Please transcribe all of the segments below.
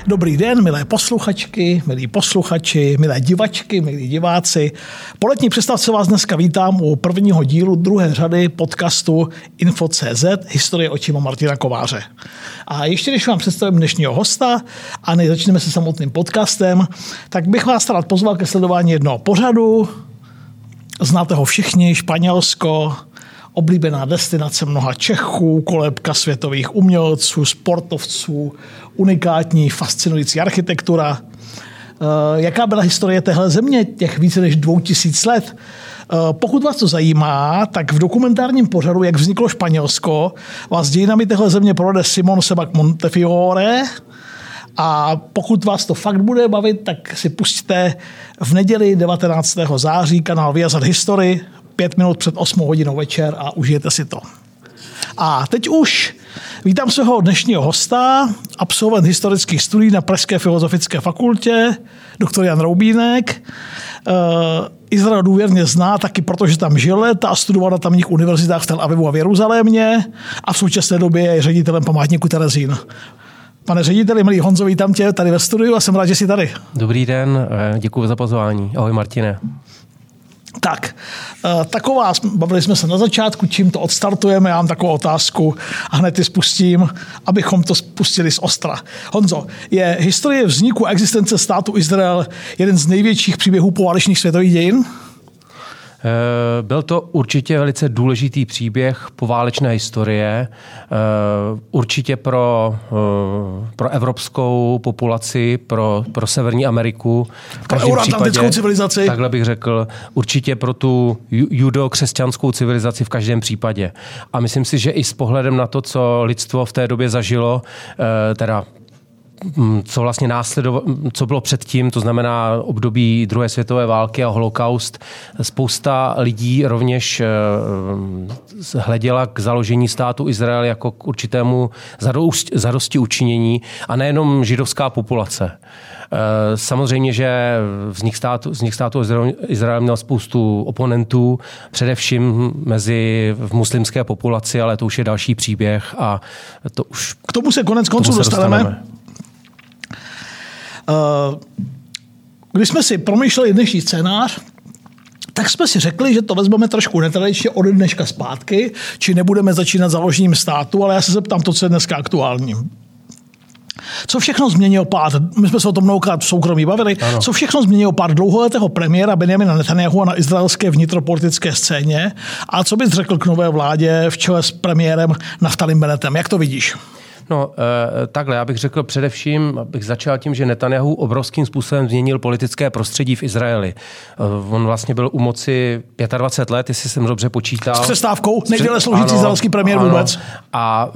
Dobrý den, milé posluchačky, milí posluchači, milé divačky, milí diváci. Po letní přestávce vás dneska vítám u prvního dílu druhé řady podcastu Info.cz Historie očima Martina Kováře. A ještě než vám představím dnešního hosta a než začneme se samotným podcastem, tak bych vás rád pozval ke sledování jednoho pořadu. Znáte ho všichni, Španělsko, oblíbená destinace mnoha Čechů, kolébka světových umělců, sportovců, unikátní, fascinující architektura. Jaká byla historie téhle země těch více než 2000 let? Pokud vás to zajímá, tak v dokumentárním pořadu, jak vzniklo Španělsko, vás dějinami téhle země provede Simon Sebag Montefiore. A pokud vás to fakt bude bavit, tak si pusťte v neděli 19. září kanál Viasat History 5 minut před 8 hodinou večer a užijete si to. A teď už vítám svého dnešního hosta, absolvent historických studií na Pražské filozofické fakultě, doktor Jan Roubínek. Izrael důvěrně zná taky, protože tam žil léta a studoval na tamních univerzitách v Tel Avivu a v Jeruzalémě a v současné době je ředitelem památníku Terezín. Pane řediteli, milý Honzo, vítám tě tady ve studiu a jsem rád, že jsi tady. Dobrý den, děkuji za pozvání. Ahoj Martine. Tak, bavili jsme se na začátku, čím to odstartujeme, já mám takovou otázku a hned ji spustím, abychom to spustili z ostra. Honzo, je historie vzniku a existence státu Izrael jeden z největších příběhů poválečných světových dějin? Byl to určitě velice důležitý příběh poválečné historie, určitě pro evropskou populaci, pro Severní Ameriku. V každém euroatlantickou civilizaci. Takhle bych řekl, určitě pro tu judokřesťanskou civilizaci v každém případě. A myslím si, že i s pohledem na to, co lidstvo v té době zažilo, co vlastně co bylo předtím, to znamená období druhé světové války a holokaust. Spousta lidí rovněž hleděla k založení státu Izrael jako k určitému zadosti učinění a nejenom židovská populace. Samozřejmě, že vznik státu Izrael měl spoustu oponentů, především v muslimské populaci, ale to už je další příběh a to už... K tomu se konec konců dostaneme. Když jsme si promýšleli dnešní scénář, tak jsme si řekli, že to vezmeme trošku netradičně od dneška zpátky, či nebudeme začínat založením státu, ale já se zeptám to, co je dneska aktuální. Co všechno změnil pád, my jsme se o tom mnohokrát v soukromí bavili, ano. Co všechno změnil pád dlouholetého premiéra Benjamina Netanyahua na izraelské vnitropolitické scéně a co bys řekl k nové vládě v čele s premiérem Naftalim Bennetem? Jak to vidíš? No, takhle, já bych řekl především, abych začal tím, že Netanyahu obrovským způsobem změnil politické prostředí v Izraeli. On vlastně byl u moci 25 let, jestli jsem dobře počítal. S přestávkou, nejdéle sloužící izraelský premiér vůbec. A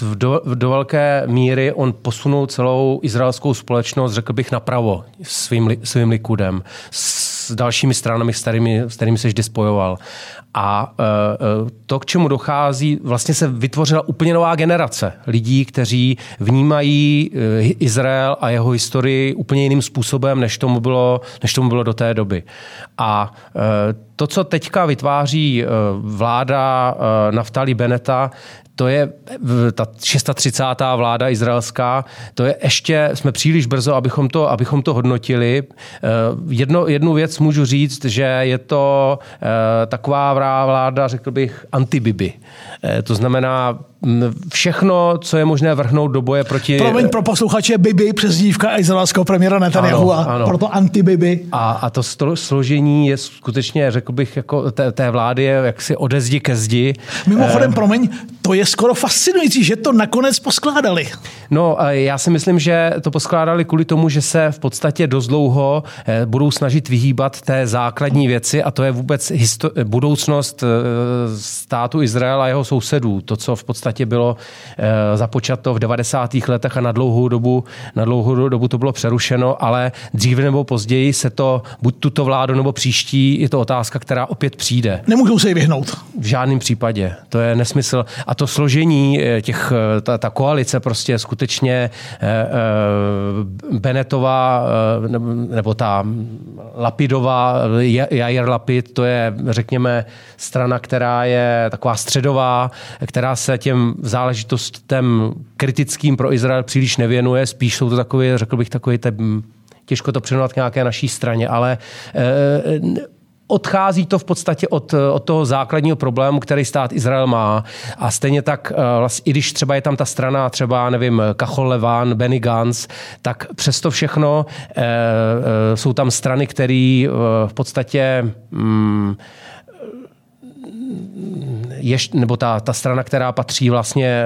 do velké míry on posunul celou izraelskou společnost, řekl bych, napravo svým likudem. S dalšími stranami, s kterými se vždy spojoval. A to, k čemu dochází, vlastně se vytvořila úplně nová generace lidí, kteří vnímají Izrael a jeho historii úplně jiným způsobem, než tomu bylo do té doby. A to, co teďka vytváří vláda Naftali Benneta, to je ta 630. vláda izraelská, to je ještě, jsme příliš brzo, abychom to hodnotili. Jednu věc můžu říct, že je to taková vláda, řekl bych, anti-Bibi. To znamená všechno, co je možné vrhnout do boje proti... Promiň pro posluchače, Bibi, přezdívka izraelského premiéra Netanyahua, proto anti-Bibi. A to složení je skutečně, řekl bych, jako té vlády je jaksi ode zdi ke zdi. Mimochodem, promiň, to je skoro fascinující, že to nakonec poskládali. No, já si myslím, že to poskládali kvůli tomu, že se v podstatě dost dlouho budou snažit vyhýbat té základní věci a to je vůbec budoucnost státu Izrael a jeho sousedů. To, co v podstatě bylo započato v 90. letech a na dlouhou dobu to bylo přerušeno, ale dříve nebo později se to, buď tuto vládu nebo příští, je to otázka, která opět přijde. Nemůžou se jí vyhnout. V žádném případě. To je nesmysl. A to složení ta koalice prostě skutečně Bennetova nebo ta Lapidova, Jair Lapid, to je, řekněme, strana, která je taková středová, která se těm těm záležitostem kritickým pro Izrael příliš nevěnuje, spíš jsou to takové, řekl bych, těžko to přenovat k nějaké naší straně, ale odchází to v podstatě od toho základního problému, který stát Izrael má. A stejně tak, i když třeba je tam ta strana, třeba, nevím, Kachol Levan, Benny Gantz, tak přesto všechno jsou tam strany, které v podstatě nebo ta strana, která patří vlastně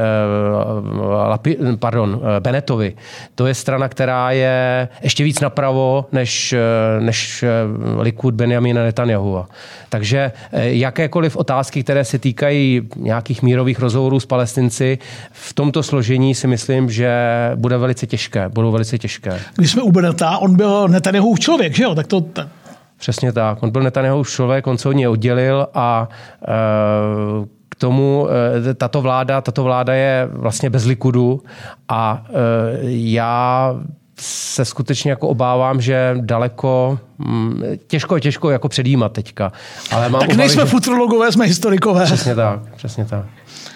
Bennettovi, to je strana, která je ještě víc napravo než Likud Benjamina Netanyahua. Takže jakékoliv otázky, které se týkají nějakých mírových rozhovorů s Palestinci, v tomto složení si myslím, že budou velice těžké. Když jsme u Bennetta, on byl Netanyahův člověk, že jo? Tak to... Přesně tak. On byl Netanyahův člověk, on se od něj oddělil a k tomu tato vláda je vlastně bez Likudu a já se skutečně jako obávám, že daleko těžko jako předjímat teďka. Ale mám tak nejsme futurologové, jsme historikové. Přesně tak.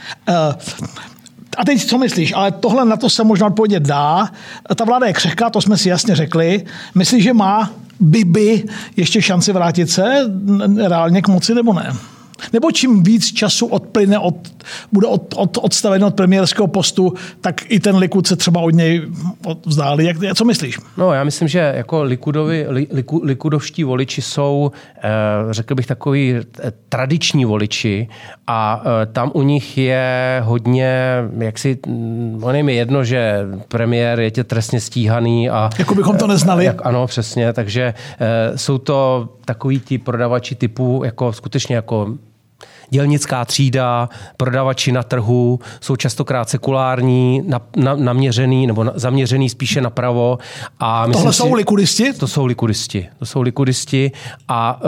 A teď co myslíš? Ale tohle na to se možná odpovědět dá. Ta vláda je křehká, to jsme si jasně řekli. Myslíš, že má Bibi ještě šanci vrátit se reálně k moci, nebo ne? Nebo čím víc času odplyne, bude odstaven od premiérského postu, tak i ten Likud se třeba od něj vzdálí. Co myslíš? No, já myslím, že jako likudovští voliči jsou, řekl bych, takový tradiční voliči a tam u nich je hodně, on je mi jedno, že premiér je trestně stíhaný. A, jako bychom to neznali. Ano, přesně, takže jsou to takový ti prodavači typu, jako skutečně jako dělnická třída, prodavači na trhu, jsou častokrát sekulární, naměřený nebo zaměřený spíše napravo. A tohle jsou likudisti? To jsou likudisti a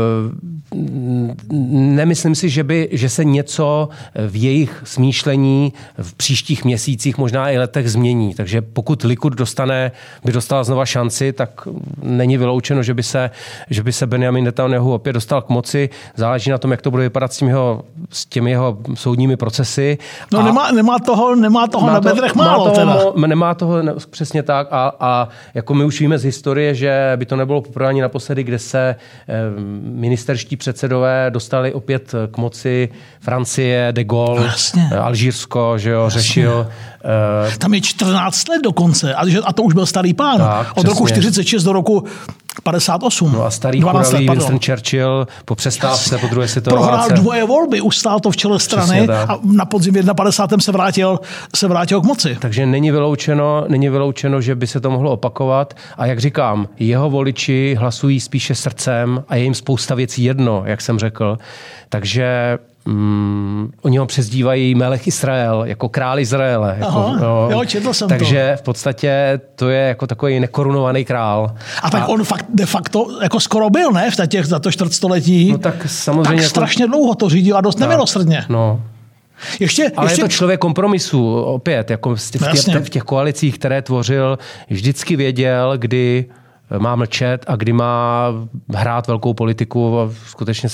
nemyslím si, že se něco v jejich smýšlení v příštích měsících, možná i letech změní. Takže pokud Likud by dostal znova šanci, tak není vyloučeno, že by se Benjamin Netanyahu opět dostal k moci. Záleží na tom, jak to bude vypadat s těmi jeho soudními procesy. No nemá toho na bedrech málo. Nemá toho přesně tak a jako my už víme z historie, že by to nebylo poprvé ani naposledy, kde se ministerští předsedové dostali opět k moci. Francie, de Gaulle, Alžírsko, že jo, řešil. Tam je 14 let dokonce a to už byl starý pán. Tak, od roku 46 do roku 58. No a starý churavý Winston Churchill po přestávce po druhé světové válce. Prohrál 2 volby, ustál to v čele strany a na podzim 51. se vrátil k moci. Takže není vyloučeno, že by se to mohlo opakovat. A jak říkám, jeho voliči hlasují spíše srdcem a je jim spousta věcí jedno, jak jsem řekl. Takže oni ho přezdívají Melech Izrael, jako král Izraele. Jo, četl jsem takže v podstatě to je jako takový nekorunovaný král. A tak on de facto jako skoro byl, ne? Za to čtvrtstoletí. No tak samozřejmě. Tak strašně dlouho to řídil a dost nemilosrdně. No. Ale je to člověk kompromisu, opět, jako v těch koalicích, které tvořil, vždycky věděl, kdy má mlčet a kdy má hrát velkou politiku. A skutečně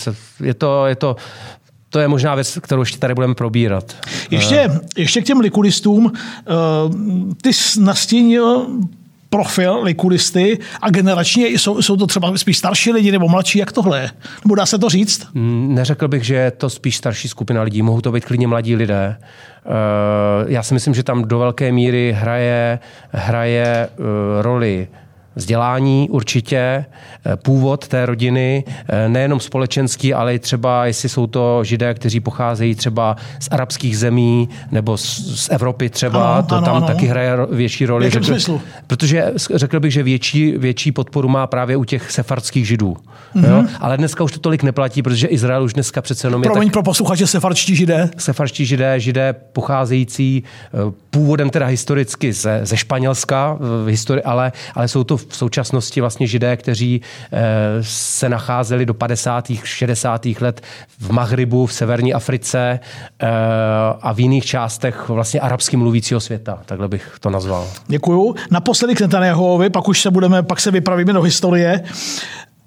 to je možná věc, kterou ještě tady budeme probírat. Ještě k těm likudistům. Ty nastínil profil likudisty a generačně jsou to třeba spíš starší lidi nebo mladší, jak tohle je? Nebo dá se to říct? Neřekl bych, že je to spíš starší skupina lidí. Mohou to být klidně mladí lidé. Já si myslím, že tam do velké míry hraje roli vzdělání určitě, původ té rodiny, nejenom společenský, ale i třeba, jestli jsou to Židé, kteří pocházejí třeba z arabských zemí nebo z Evropy třeba, tam taky hraje větší roli. V jakém smyslu? Protože řekl bych, že větší podporu má právě u těch sefardských Židů. Jo? Ale dneska už to tolik neplatí, protože Izrael už dneska přece jenom je pro posluchače sefardští Židé? Sefardští Židé pocházející původem teda historicky ze Španělska, ale jsou to v současnosti vlastně Židé, kteří se nacházeli do 50. 60. let v Maghribu, v severní Africe a v jiných částech vlastně arabsky mluvícího světa. Takhle bych to nazval. Děkuju. Naposledy k Netanyahuovi, pak se vypravíme do historie.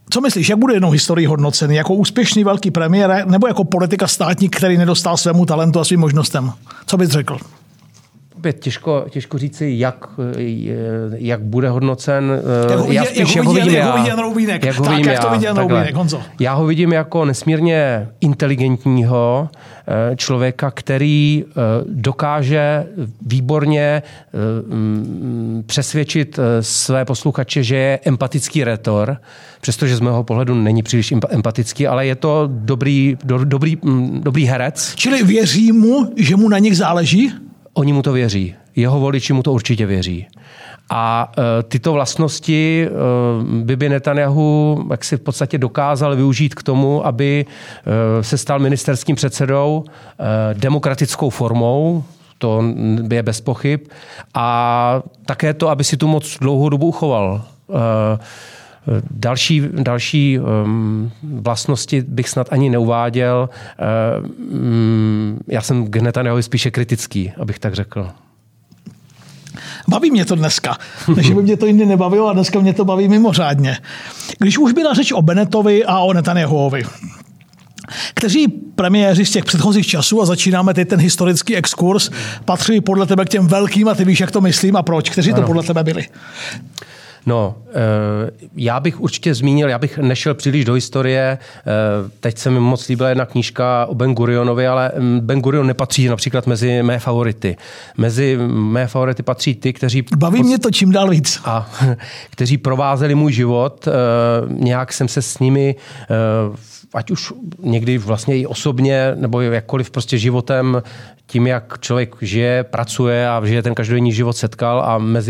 Co myslíš, jak bude jednou historii hodnocen? Jako úspěšný velký premiér nebo jako politika státník, který nedostal svému talentu a svým možnostem? Co bys řekl? Těžko říci, jak bude hodnocen. Jak ho vidí Jan Roubínek. Jak to vidí Jan Roubínek, Honzo? Já ho vidím jako nesmírně inteligentního člověka, který dokáže výborně přesvědčit své posluchače, že je empatický rétor, přestože z mého pohledu není příliš empatický, ale je to dobrý herec. Čili věří mu, že mu na nich záleží? Oni mu to věří. Jeho voliči mu to určitě věří. A tyto vlastnosti Bibi Netanjahu jak si v podstatě dokázal využít k tomu, aby se stal ministerským předsedou demokratickou formou, to je bez pochyb, a také to, aby si tu moc dlouhou dobu uchoval. Další vlastnosti bych snad ani neuváděl. Já jsem k Netanjahu spíše kritický, abych tak řekl. Baví mě to dneska, než by mě to jindy nebavilo a dneska mě to baví mimořádně. Když už byla řeč o Bennettovi a o Netanjahuovi, kteří premiéři z těch předchozích časů, a začínáme teď ten historický exkurs, patří podle tebe k těm velkým a ty víš, jak to myslím a proč? Kteří to podle tebe byli? No, já bych určitě zmínil, já bych nešel příliš do historie, teď se mi moc líbila jedna knížka o Ben Gurionovi, ale Ben Gurion nepatří například mezi mé favority. Mezi mé favority patří ty, kteří... Baví mě to čím dál víc. A kteří provázeli můj život, nějak jsem se s nimi ať už někdy vlastně i osobně, nebo jakkoliv prostě životem, tím, jak člověk žije, pracuje a žije ten každodenní život setkal a mezi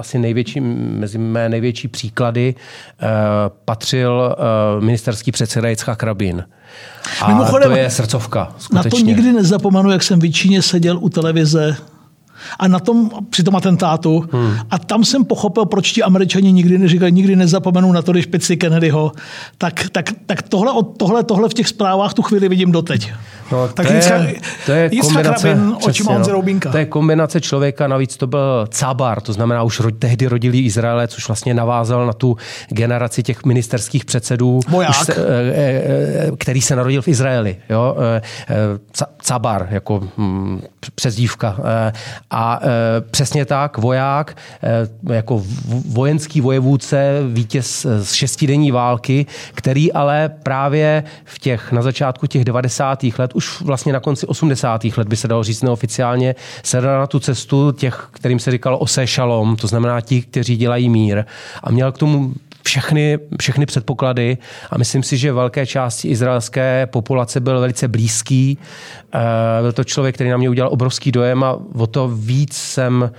mé největší příklady patřil ministerský předseda Jitzchak Rabin. A mimochodem, to je srdcovka, skutečně. Na to nikdy nezapomenu, jak jsem v Číně seděl u televize a při tom atentátu. A tam jsem pochopil, proč ti Američani nikdy neříkají, nikdy nezapomenou na to, když pici Kennedyho. Tak tohle v těch zprávách tu chvíli vidím doteď. No, to je kombinace, to je kombinace člověka, navíc to byl Cabar, to znamená už tehdy rodilý Izraelec, což vlastně navázal na tu generaci těch ministerských předsedů, který se narodil v Izraeli. Jo? Cabar jako přezdívka. A přesně tak, voják, jako vojenský vojevůdce, vítěz z šestidenní války, který ale právě na začátku těch 90. let, už vlastně na konci 80. let by se dalo říct neoficiálně, se dal na tu cestu těch, kterým se říkalo Osé Šalom, to znamená ti, kteří dělají mír. A měl k tomu všechny předpoklady a myslím si, že velké části izraelské populace byl velice blízký. Byl to člověk, který na mě udělal obrovský dojem a o to víc jsem,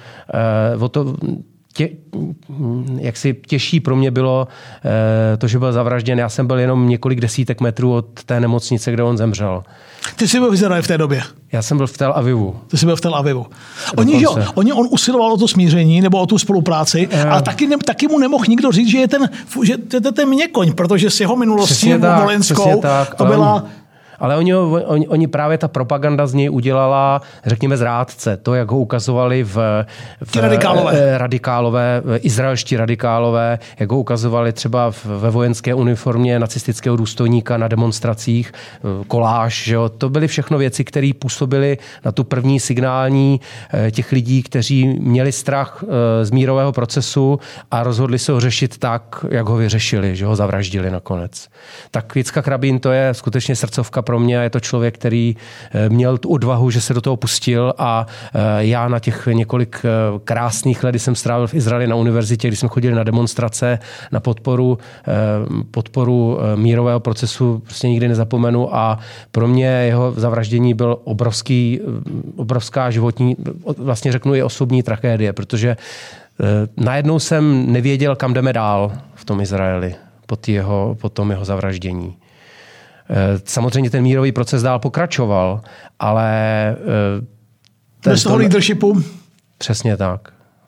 jaksi těžší pro mě bylo to, že byl zavražděn. Já jsem byl jenom několik desítek metrů od té nemocnice, kde on zemřel. Ty jsi byl v Izraeli v té době? Já jsem byl v Tel Avivu. Ty jsi byl v Tel Avivu. On usiloval o to smíření nebo o tu spolupráci, ale taky mu nemohl nikdo říct, že je ten měkoň, protože s jeho minulostí volenskou to byla... Ale oni právě ta propaganda z něj udělala, řekněme, zrádce. To, jak ho ukazovali radikálové, izraelští radikálové, jak ho ukazovali třeba ve vojenské uniformě nacistického důstojníka na demonstracích, koláž. Že jo? To byly všechno věci, které působily na tu první signální těch lidí, kteří měli strach z mírového procesu a rozhodli se ho řešit tak, jak ho vyřešili, že ho zavraždili nakonec. Tak Jitzchak Rabin, to je skutečně srdcovka pro mě, je to člověk, který měl tu odvahu, že se do toho pustil a já na těch několik krásných let, kdy jsem strávil v Izraeli na univerzitě, kdy jsme chodili na demonstrace, na podporu mírového procesu, prostě nikdy nezapomenu a pro mě jeho zavraždění byl obrovská životní, vlastně řeknu i osobní tragédie, protože najednou jsem nevěděl, kam jdeme dál v tom Izraeli po tom jeho zavraždění. Samozřejmě ten mírový proces dál pokračoval, ale... Bez toho leadershipu? Přesně tak.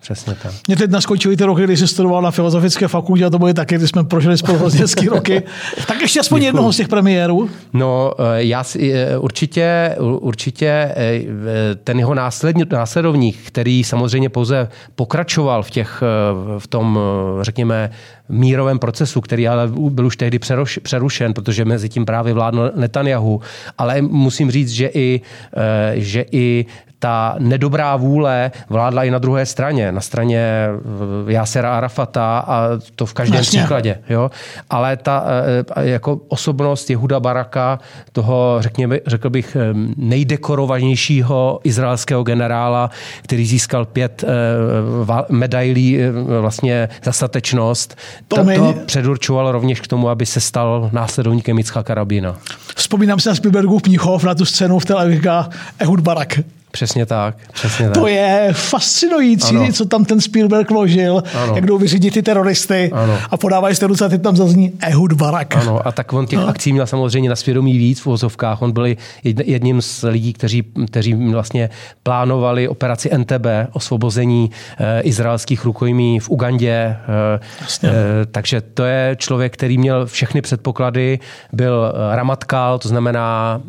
Přesně tak. Mě teď naskočily ty roky, když jsi studoval na filozofické fakultě, a to byly taky, když jsme prožili spolu hezké roky. Tak ještě aspoň jednoho z těch premiérů. No, já určitě ten jeho následovník, který samozřejmě pouze pokračoval v tom, řekněme, mírovém procesu, který ale byl už tehdy přerušen, protože mezi tím právě vládl Netanjahu. Ale musím říct, že i ta nedobrá vůle vládla i na druhé straně, na straně Jásera Arafata, a to v každém příkladě. Jo? Ale ta jako osobnost Jehuda Baraka, toho, řekl bych, nejdekorovanějšího izraelského generála, který získal 5 medailí vlastně za statečnost, to předurčovalo rovněž k tomu, aby se stal následovníkem Jicchaka Rabina. Vzpomínám si na Spielbergův Mnichov, na tu scénu v televizi Ehud Barak. Přesně tak. To je fascinující, ano. Co tam ten Spielberg vložil, ano. Jak jdou vyřídit ty teroristy, ano. A podávají se ruce a teď tam zazní Ehud Barak. Ano, a tak on těch akcí měl samozřejmě na svědomí víc v uvozovkách. On byl jedním z lidí, kteří vlastně plánovali operaci NTB, osvobození izraelských rukojmí v Ugandě. Takže to je člověk, který měl všechny předpoklady, byl ramatkal, to znamená...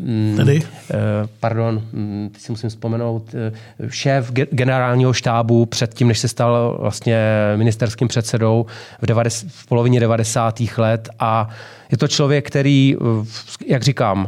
teď si musím vzpomenout, šéf generálního štábu předtím, než se stal vlastně ministerským předsedou v polovině 90. let, a je to člověk, který, jak říkám,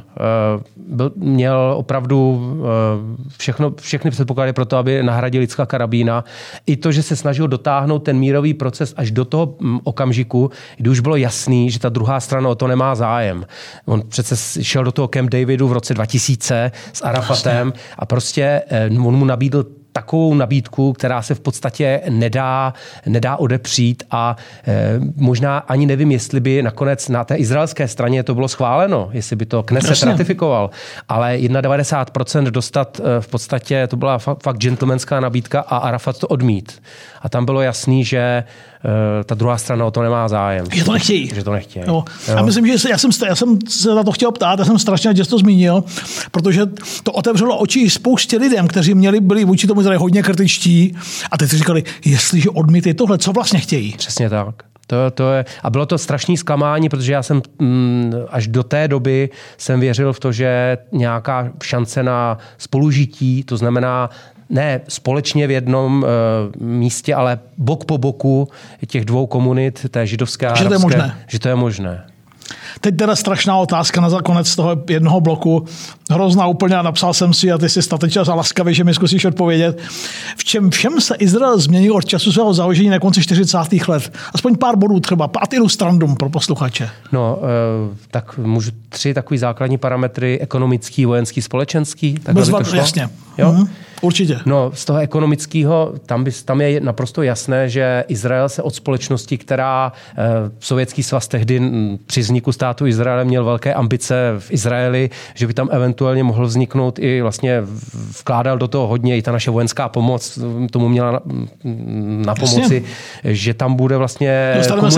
měl opravdu všechny předpoklady pro to, aby nahradil Jicchaka Rabína. I to, že se snažil dotáhnout ten mírový proces až do toho okamžiku, kdy už bylo jasný, že ta druhá strana o to nemá zájem. On přece šel do toho Camp Davidu v roce 2000 s Arafatem a prostě on mu nabídl takovou nabídku, která se v podstatě nedá odepřít, a možná ani nevím, jestli by nakonec na té izraelské straně to bylo schváleno, jestli by to Kneset ratifikoval, ale 91% dostat v podstatě, to byla fakt gentlemanská nabídka, a Arafat to odmít. A tam bylo jasný, že ta druhá strana o to nemá zájem. Že to nechtějí. No. A myslím, že já jsem se na to chtěl ptát, já jsem strašně rád, že jsi to zmínil, protože to otevřelo oči spoustě lidem, kteří byli vůči tomu Izraeli hodně kritičtí, a teď si říkali, jestliže odmítli tohle, co vlastně chtějí. Přesně tak. To je, a bylo to strašný zklamání, protože já jsem až do té doby jsem věřil v to, že nějaká šance na spolužití, to znamená ne společně v jednom místě, ale bok po boku těch dvou komunit, té židovské a arabské, že to je možné. Teď teda strašná otázka na konec toho jednoho bloku. Hrozná úplně, a napsal jsem si, a ty jsi statečil za laskavě, že mi zkusíš odpovědět. V čem všem se Izrael změnil od času svého založení na konci 40. let? Aspoň pár bodů třeba, ad illustrandum pro posluchače. No, tak můžu 3 takový základní parametry: ekonomický, vojenský, společenský. Jasně. Jo? Určitě. No, z toho ekonomického, tam je naprosto jasné, že Izrael se od společnosti, která Sovětský svaz tehdy při vzniku státu Izraele měl velké ambice v Izraeli, že by tam eventuálně mohl vzniknout i vlastně vkládal do toho hodně i ta naše vojenská pomoc, tomu měla na pomoci, že tam bude vlastně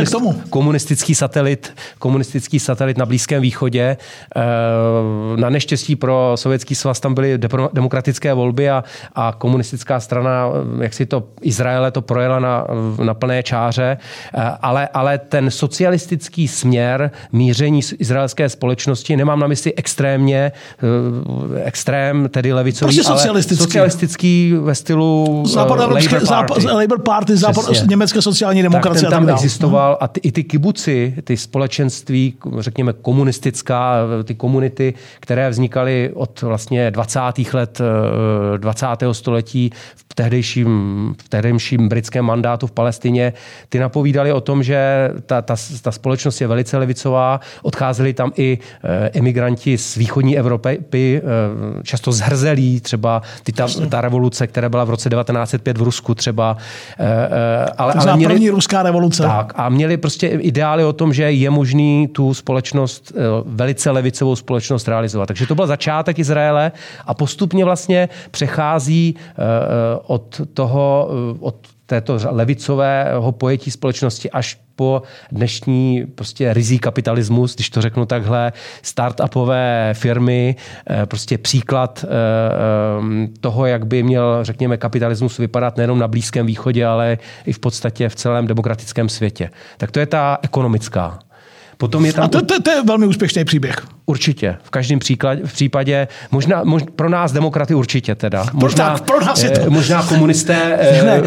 komunistický satelit na Blízkém východě. Na neštěstí pro Sovětský svaz tam byly demokratické volby, a komunistická strana, jak si to Izraele to projela na plné čáře, ale ten socialistický směr míření izraelské společnosti, nemám na mysli extrém, tedy levicový, prostě ale socialistický ve stylu Labour Party, německé sociální demokracie. Tak ten tam existoval, a i ty kibuci, ty společenství, řekněme komunistická, ty komunity, které vznikaly od vlastně 20. let 20. století v tehdejším britském mandátu v Palestině, ty napovídali o tom, že ta společnost je velice levicová. Odcházeli tam i emigranti z východní Evropy, často zhrzelí, třeba ta revoluce, která byla v roce 1905 v Rusku třeba. Ale měli první ruská revoluce. Tak, a měli prostě ideály o tom, že je možný tu společnost, velice levicovou společnost realizovat. Takže to byl začátek Izraele, a postupně vlastně přechází od této levicového pojetí společnosti až po dnešní prostě rizí kapitalismus, když to řeknu takhle, startupové firmy, prostě příklad toho, jak by měl, řekněme, kapitalismus vypadat nejenom na Blízkém východě, ale i v podstatě v celém demokratickém světě. Tak to je ta ekonomická. Potom je tam... A to je velmi úspěšný příběh. Určitě. V každém případě, možná pro nás demokraty určitě teda. Možná, pro nás je to... možná komunisté...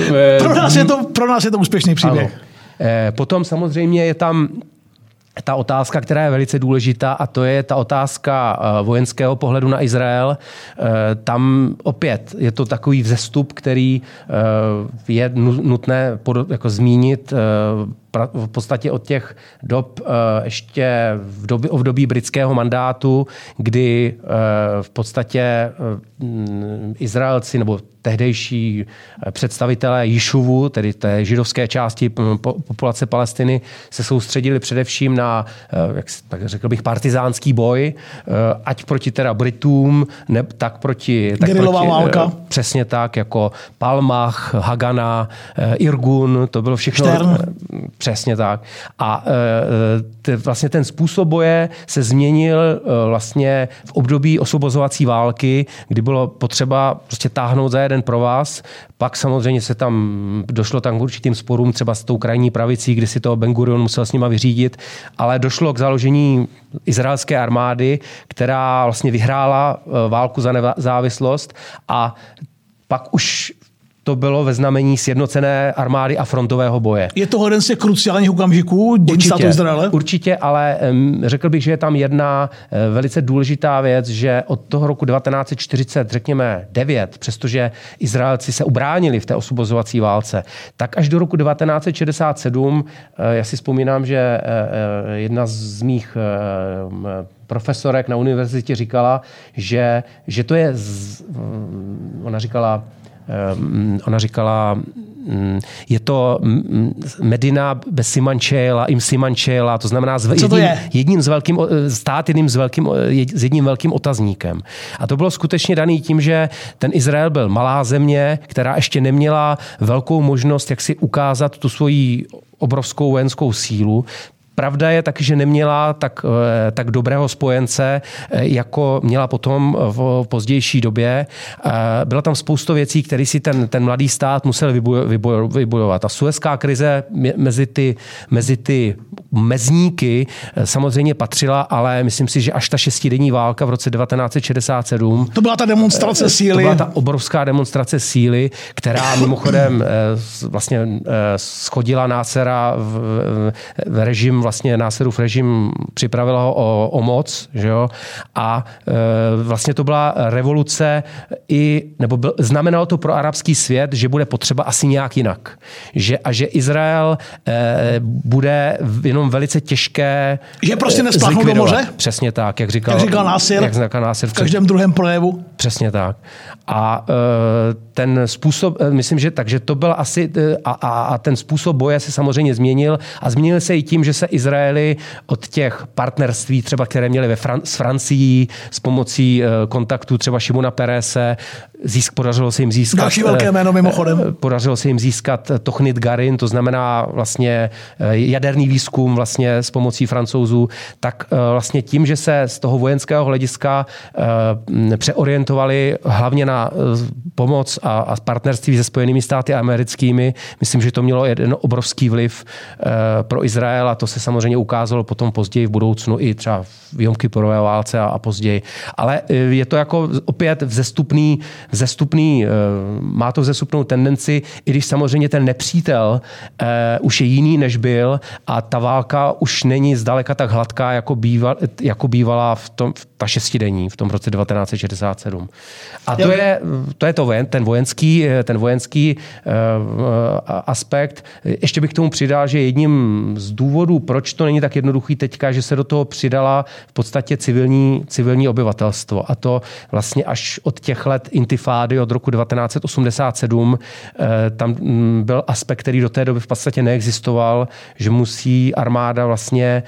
Pro nás je to úspěšný příběh. Ano. Potom samozřejmě je tam ta otázka, která je velice důležitá, a to je ta otázka vojenského pohledu na Izrael. Tam opět je to takový vzestup, který je nutné jako zmínit v podstatě od těch dob ještě v období britského mandátu, kdy v podstatě Izraelci nebo tehdejší představitelé Jišuvu, tedy té židovské části populace Palestiny, se soustředili především na, tak řekl bych, partizánský boj, ať proti teda Britům, tak proti... Gerilová válka. Přesně tak, jako Palmach, Hagana, Irgun, to bylo všechno... Štern. Přesně tak. A vlastně ten způsob boje se změnil vlastně v období osvobozovací války, kdy bylo potřeba prostě táhnout za jeden provaz. Pak samozřejmě došlo tam k určitým sporům, třeba s tou krajní pravicí, kdy si to Ben-Gurion musel s nima vyřídit, ale došlo k založení izraelské armády, která vlastně vyhrála válku za nezávislost, a pak už to bylo ve znamení sjednocené armády a frontového boje. Je to jeden z těch kruciálních okamžiků dějin státu Izraele? Určitě, ale řekl bych, že je tam jedna velice důležitá věc, že od toho roku 1940, řekněme 9, přestože Izraelci se ubránili v té osvobozovací válce, tak až do roku 1967, já si vzpomínám, že jedna z mých profesorek na univerzitě říkala, že to je, ona říkala, je to Medina bez Simančela, im Simančela, to znamená jedním velkým otazníkem. A to bylo skutečně daný tím, že ten Izrael byl malá země, která ještě neměla velkou možnost, jak si ukázat tu svoji obrovskou vojenskou sílu. Pravda je taky, že neměla tak dobrého spojence, jako měla potom v pozdější době. Byla tam spousta věcí, které si ten mladý stát musel vybojovat. A Suezká krize mezi ty mezníky samozřejmě patřila, ale myslím si, že až ta 6denní válka v roce 1967... To byla ta demonstrace síly. To byla ta obrovská demonstrace síly, která mimochodem vlastně schodila Násera v režim, vlastně Násserův režim připravila ho o moc, že jo? A vlastně to byla revoluce znamenalo to pro arabský svět, že bude potřeba asi nějak jinak. Že Izrael bude jenom velice těžké že prostě nespláchnou do moře? Přesně tak, jak říkal Násser v každém druhém projevu. Přesně tak. A ten způsob, myslím, že takže to byl asi a ten způsob boje se samozřejmě změnil a změnil se i tím, že se Izraeli od těch partnerství třeba, které měli s Francií s pomocí kontaktů třeba Šimona Perese, podařilo se jim získat další velké jméno mimochodem. Podařilo se jim získat Tochnit Garin, to znamená vlastně jaderný výzkum vlastně s pomocí Francouzů, tak vlastně tím, že se z toho vojenského hlediska přeorientovali hlavně na pomoc a partnerství se Spojenými státy americkými, myslím, že to mělo jeden obrovský vliv pro Izrael a to se samozřejmě ukázalo potom později v budoucnu i třeba v Jom Kippurové válce a později. Ale je to jako opět vzestupný, má to vzestupnou tendenci, i když samozřejmě ten nepřítel už je jiný, než byl a ta válka už není zdaleka tak hladká, jako bývala v ta 6denní v tom roce 1967. A to je ten vojenský aspekt. Ještě bych k tomu přidal, že jedním z důvodů, proč to není tak jednoduchý teďka, že se do toho přidala v podstatě civilní obyvatelstvo. A to vlastně až od těch let intifády od roku 1987 tam byl aspekt, který do té doby v podstatě neexistoval, že musí armáda vlastně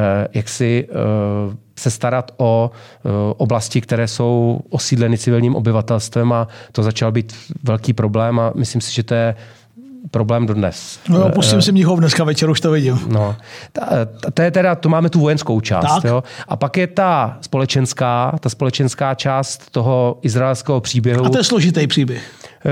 se starat o oblasti, které jsou osídleny civilním obyvatelstvem a to začal být velký problém a myslím si, že to je problém dodnes. No, pustím si Mnichov dneska večer, už to vidím. No, to máme tu vojenskou část. Jo? A pak je ta společenská část toho izraelského příběhu. A to je složitý příběh.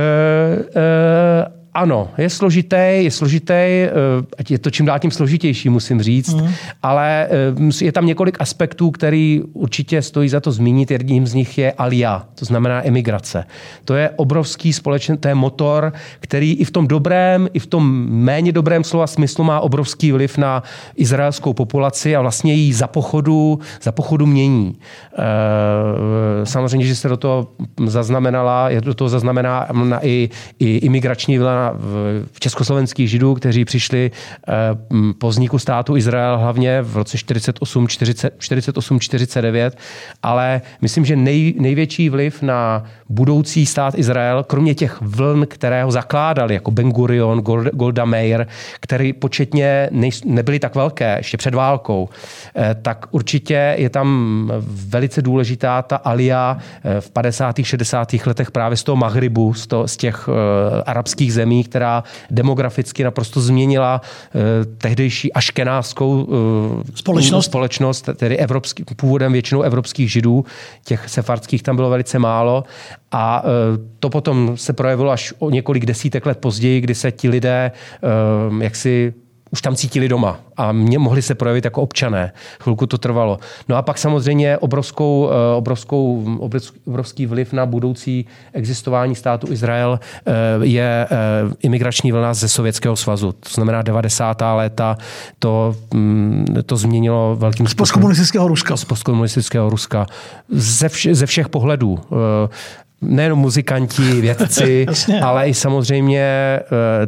Ano, je složitý, je to čím dál tím složitější, musím říct, ale je tam několik aspektů, který určitě stojí za to zmínit. Jedním z nich je alija, to znamená emigrace. To je obrovský to je motor, který i v tom dobrém, i v tom méně dobrém slova smyslu má obrovský vliv na izraelskou populaci a vlastně ji za pochodu mění. Samozřejmě, že se do toho zaznamenala i imigrační vlna v československých Židů, kteří přišli po vzniku státu Izrael hlavně v roce 48-49, ale myslím, že největší vliv na budoucí stát Izrael, kromě těch vln, které ho zakládali, jako Ben Gurion, Golda Meir, které početně nebyly tak velké ještě před válkou, tak určitě je tam velice důležitá ta alija v 50. 60. letech právě z toho Maghribu, z těch arabských zemí, která demograficky naprosto změnila tehdejší aškenázskou společnost, tedy původem většinou evropských Židů, těch sefardských tam bylo velice málo. A to potom se projevilo až o několik desítek let později, kdy se ti lidé jaksi už tam cítili doma a mohli se projevit jako občané. Chvilku to trvalo. No a pak samozřejmě obrovský vliv na budoucí existování státu Izrael je imigrační vlna ze Sovětského svazu. To znamená 90. léta, to změnilo velkým způsobem. Z postkomunistického Ruska. Ze všech pohledů. Nejenom muzikanti, vědci, ale i samozřejmě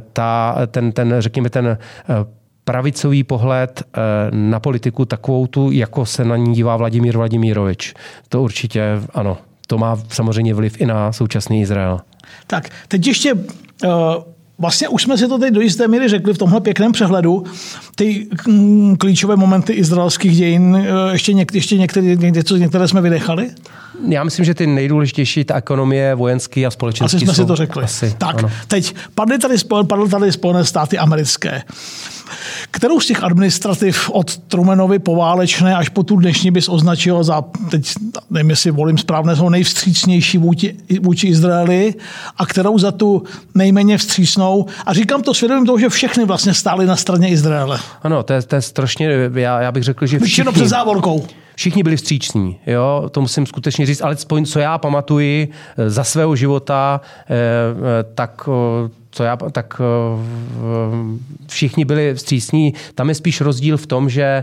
ten pravicový pohled na politiku takovou tu, jako se na ní dívá Vladimír Vladimírovič. To určitě ano. To má samozřejmě vliv i na současný Izrael. Tak, teď ještě vlastně už jsme si to teď do jisté míry řekli v tomhle pěkném přehledu. Ty klíčové momenty izraelských dějin, ještě některé jsme vynechali? Já myslím, že ty nejdůležitější, ta ekonomie, vojenský a společenský. Asi jsme si to řekli. Tak, ano. Teď padly tady Spojené státy americké. Kterou z těch administrativ od Trumanovy poválečné až po tu dnešní bys označil za, teď nevím, jestli volím správné, nejvstřícnější vůči Izraeli a kterou za tu nejméně vstřícnou? A říkám to svědomím toho, že všechny vlastně stály na straně Izraele. Ano, to je strašně, já bych řekl, že všichni. Před závorkou. Všichni byli vstřícní, jo? To musím skutečně říct, ale co já pamatuji za svého života, tak všichni byli vstřícní. Tam je spíš rozdíl v tom, že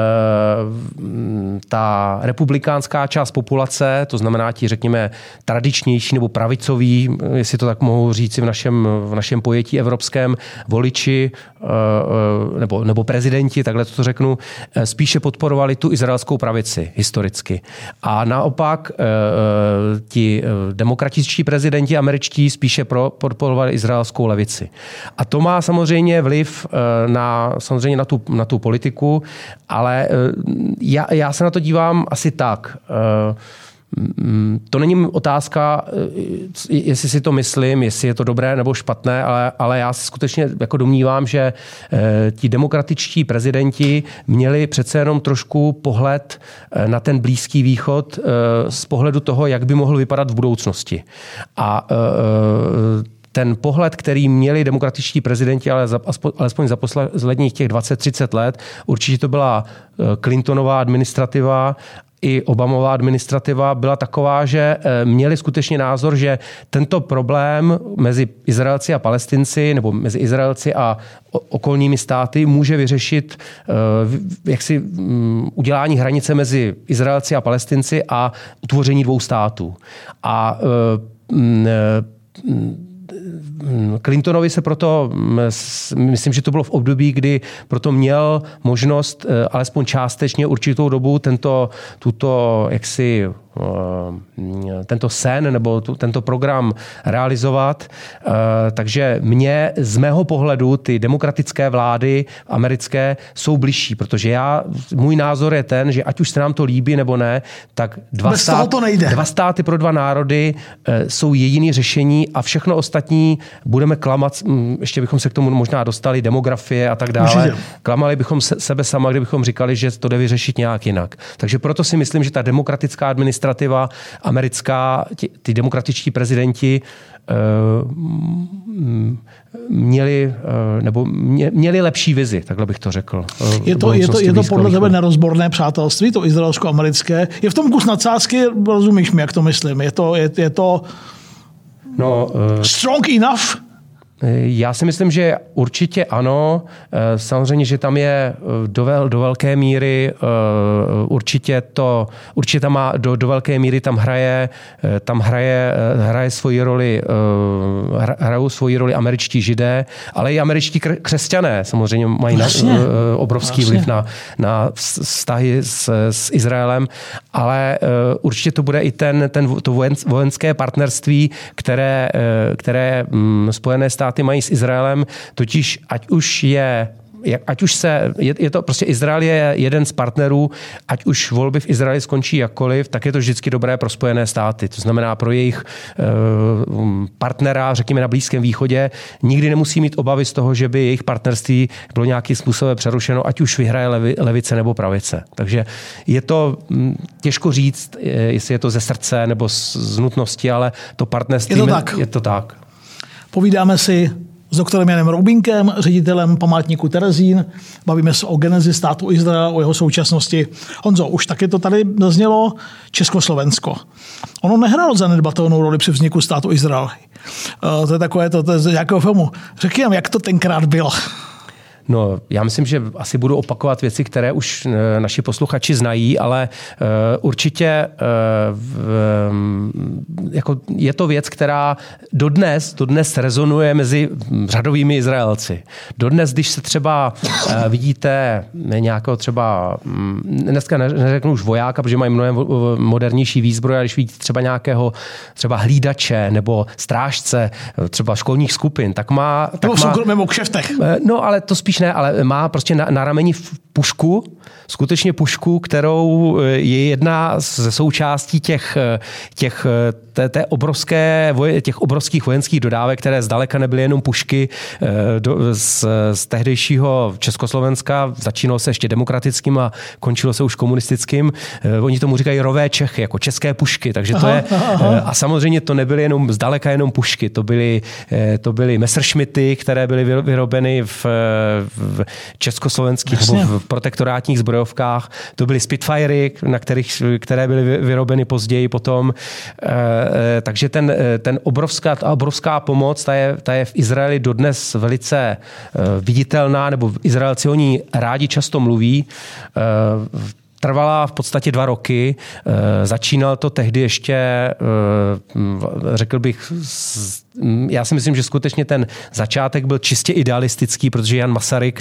ta republikánská část populace, to znamená ti, řekněme, tradičnější nebo pravicoví, jestli to tak mohu říct v našem pojetí evropském, voliči nebo prezidenti, takhle to řeknu, spíše podporovali tu izraelskou pravici historicky. A naopak ti demokratičtí prezidenti američtí spíše podporovali izraelskou levici. A to má samozřejmě vliv na tu politiku, ale já se na to dívám asi tak. To není otázka, jestli si to myslím, jestli je to dobré nebo špatné, ale já se skutečně jako domnívám, že ti demokratičtí prezidenti měli přece jenom trošku pohled na ten Blízký východ z pohledu toho, jak by mohl vypadat v budoucnosti. A ten pohled, který měli demokratičtí prezidenti, ale alespoň za posledních těch 20-30 let, určitě to byla Clintonová administrativa i Obamová administrativa, byla taková, že měli skutečně názor, že tento problém mezi Izraelci a Palestinci nebo mezi Izraelci a okolními státy může vyřešit jaksi udělání hranice mezi Izraelci a Palestinci a utvoření dvou států. A Clintonovi se proto, myslím, že to bylo v období, kdy proto měl možnost alespoň částečně určitou dobu tuto jaksi tento sen nebo tento program realizovat. Takže z mého pohledu ty demokratické vlády americké jsou bližší, protože můj názor je ten, že ať už se nám to líbí nebo ne, tak dva státy pro dva národy jsou jediný řešení a všechno ostatní budeme klamat, ještě bychom se k tomu možná dostali, demografie a tak dále. Klamali bychom sebe sama, kdybychom říkali, že to jde vyřešit nějak jinak. Takže proto si myslím, že ta demokratická administrativa americká, ty demokratičtí prezidenti měli lepší vizi, takhle bych to řekl. Je to podle tebe nerozborné přátelství, to izraelsko-americké. Je v tom kus nadsázky, rozumíš mi, jak to myslím? Je to strong enough? Já si myslím, že určitě ano. Samozřejmě, že tam je do velké míry určitě tam má do velké míry tam hraje svoji roli, hrajou svoji roli američtí Židé, ale i američtí křesťané samozřejmě mají obrovský vliv na vztahy s Izraelem, ale určitě to bude i to vojenské partnerství, které Spojené státy mají s Izraelem, totiž je to prostě Izrael je jeden z partnerů, ať už volby v Izraeli skončí jakkoliv, tak je to vždycky dobré pro Spojené státy. To znamená pro jejich partnera, řekněme na Blízkém východě, nikdy nemusí mít obavy z toho, že by jejich partnerství bylo nějakým způsobem přerušeno, ať už vyhraje levice nebo pravice. Takže je to těžko říct, jestli je to ze srdce nebo z nutnosti, ale to partnerství je to tak. Povídáme si s doktorem Janem Roubínkem, ředitelem památníku Terezín. Bavíme se o genezi státu Izrael, o jeho současnosti. Honzo, už taky to tady zaznělo, Československo. Ono nehrálo zanedbatelnou roli při vzniku státu Izrael. To je takové, to je z nějakého filmu. Řekni nám, jak to tenkrát bylo. No, já myslím, že asi budu opakovat věci, které už naši posluchači znají, ale určitě jako je to věc, která dodnes rezonuje mezi řadovými Izraelci. Dodnes, když se třeba vidíte nějakého třeba, dneska neřeknu už vojáka, protože mají mnohem modernější výzbroj, ale když vidíte třeba nějakého třeba hlídače nebo strážce třeba školních skupin, tak má... Nebo v soukromém kšeftech. No, ale to spíš ne, ale má prostě na rameni pušku, skutečně pušku, kterou je jedna ze součástí těch obrovských vojenských dodávek, které zdaleka nebyly jenom pušky z tehdejšího Československa. Začínalo se ještě demokratickým a končilo se už komunistickým. Oni tomu říkají rové Čechy, jako české pušky. Takže to je. A samozřejmě to nebyly zdaleka jenom pušky. To byly Messerschmitty, které byly vyrobeny v československých nebo v protektorátních zbrojovkách. To byly Spitfirey, které byly vyrobeny později potom. Takže ta obrovská pomoc, ta je v Izraeli dodnes velice viditelná, nebo Izraelci o ní rádi často mluví. Trvala v podstatě 2 roky. Začínal to tehdy ještě, řekl bych, já si myslím, že skutečně ten začátek byl čistě idealistický, protože Jan Masaryk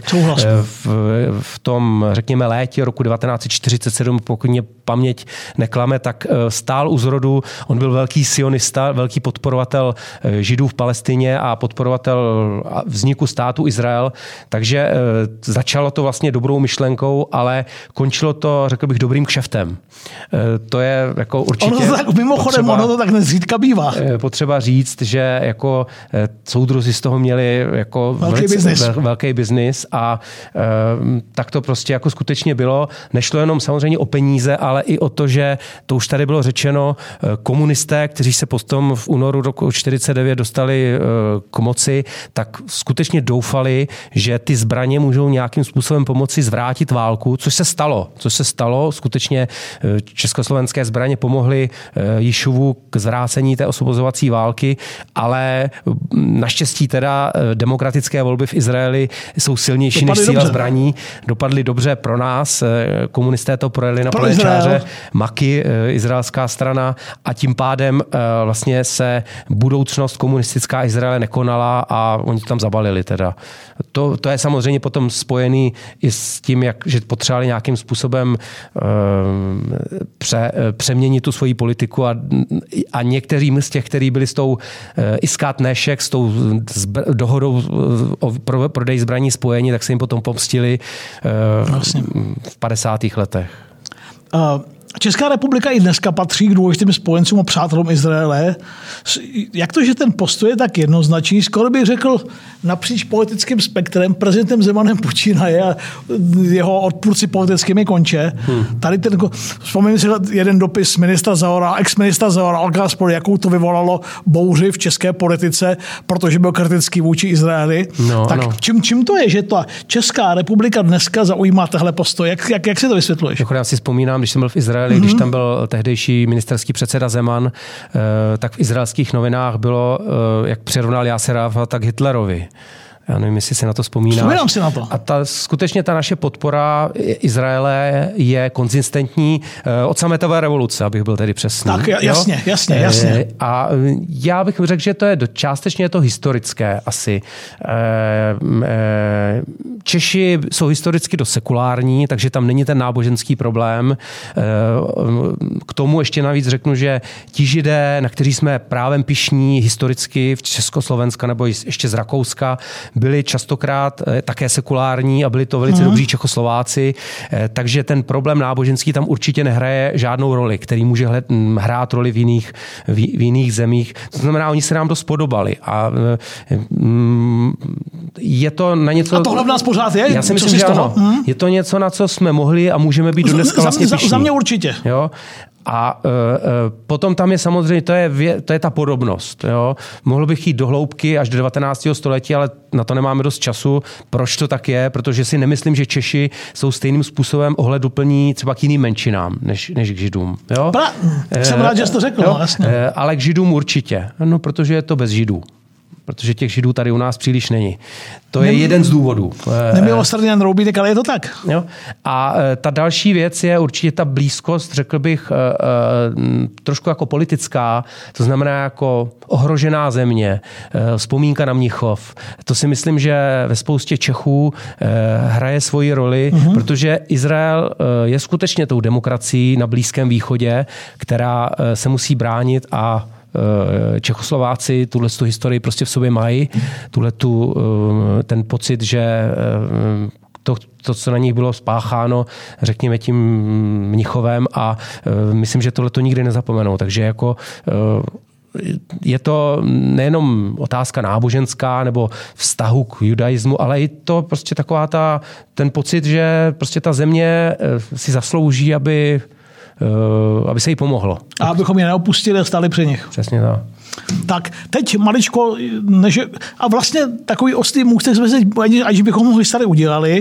v tom, řekněme, létě roku 1947, pokud mě paměť neklame, tak stál u zrodu. On byl velký sionista, velký podporovatel Židů v Palestině a podporovatel vzniku státu Izrael. Takže začalo to vlastně dobrou myšlenkou, ale končilo to, řekl bych, dobrým kšeftem. To je jako určitě... Ono to tak nezřídka bývá. Potřeba říct, že jako soudruzi z toho měli jako velký biznis a tak to prostě jako skutečně bylo. Nešlo jenom samozřejmě o peníze, ale i o to, že to už tady bylo řečeno, komunisté, kteří se potom v únoru roku 1949 dostali k moci, tak skutečně doufali, že ty zbraně můžou nějakým způsobem pomoci zvrátit válku, což se stalo. Skutečně československé zbraně pomohly Jišuvu k zvrácení té osvobozovací války, ale naštěstí teda demokratické volby v Izraeli jsou silnější než síla zbraní. Dopadly dobře pro nás. Komunisté to projeli na plné čáře. Maki, izraelská strana, a tím pádem vlastně se budoucnost komunistická Izraele nekonala a oni to tam zabalili teda. to je samozřejmě potom spojený i s tím, že potřebovali nějakým způsobem přeměnit tu svoji politiku a některým z těch, kteří byli s tou Iskat Nešek, s tou dohodou o prodej zbraní spojení, tak se jim potom pomstili v 50. letech. Česká republika i dneska patří k důležitým spojencům a přátelům Izraele. Jak to, že ten postoj je tak jednoznačný? Skoro bych řekl napříč politickým spektrem, prezidentem Zemanem počínaje a jeho odpůrci politickými konče. Tady vzpomínám si jeden dopis ex-ministra Zaorálka, jakou to vyvolalo bouři v české politice, protože byl kritický vůči Izraeli. Tak čím to je, že ta Česká republika dneska zaujímá tahle postoj? Jak si to vysvětluješ? Já si vzpomínám, když jsem byl v Izraeli, když tam byl tehdejší ministerský předseda Zeman, tak v izraelských novinách bylo, jak přirovnal Jáser Arafata k Hitlerovi. Já nevím, jestli si na to vzpomínáš. Vzpomínám si na to. A skutečně ta naše podpora Izraele je konzistentní od sametové revoluce, abych byl tedy přesný. Tak jasně. A já bych řekl, že to je částečně je to historické asi. Češi jsou historicky dost sekulární, takže tam není ten náboženský problém. K tomu ještě navíc řeknu, že ti Židé, na kteří jsme právem pyšní historicky v Československa nebo ještě z Rakouska, byli častokrát také sekulární a byli to velice dobří Čechoslováci, takže ten problém náboženský tam určitě nehraje žádnou roli, který může hrát roli v jiných zemích. To znamená, oni se nám dost podobali a je to na něco... A tohle v nás pořád je? Já si myslím, že ano. Je to něco, na co jsme mohli a můžeme být dneska vlastně pyšní. Za mě určitě. Jo? A potom tam je samozřejmě, to je ta podobnost. Jo? Mohl bych jít do hloubky až do 19. století, ale na to nemáme dost času. Proč to tak je? Protože si nemyslím, že Češi jsou stejným způsobem ohleduplní třeba k jiným menšinám, než k Židům. Jo? Jsem rád, že jsi to řekl. No, ale k Židům určitě. No, protože je to bez Židů. Protože těch Židů tady u nás příliš není. To je jeden z důvodů. Nemilosrdný Jan Roubínek, ale je to tak. Jo? A ta další věc je určitě ta blízkost, řekl bych, trošku jako politická, to znamená jako ohrožená země, vzpomínka na Mnichov. To si myslím, že ve spoustě Čechů hraje svoji roli, protože Izrael je skutečně tou demokracií na Blízkém východě, která se musí bránit a Čechoslováci tu historii prostě v sobě mají, ten pocit, že to, co na nich bylo spácháno, řekněme tím Mnichovem a myslím, že tohle to nikdy nezapomenou. Takže jako je to nejenom otázka náboženská nebo vztahu k judaismu, ale i to prostě taková ten pocit, že prostě ta země si zaslouží, aby se jí pomohlo. A abychom je neopustili a stali při nich. Přesně tak. Tak, teď maličko, a vlastně takový ostrý můstek jsme si, aniž bychom ho tady udělali.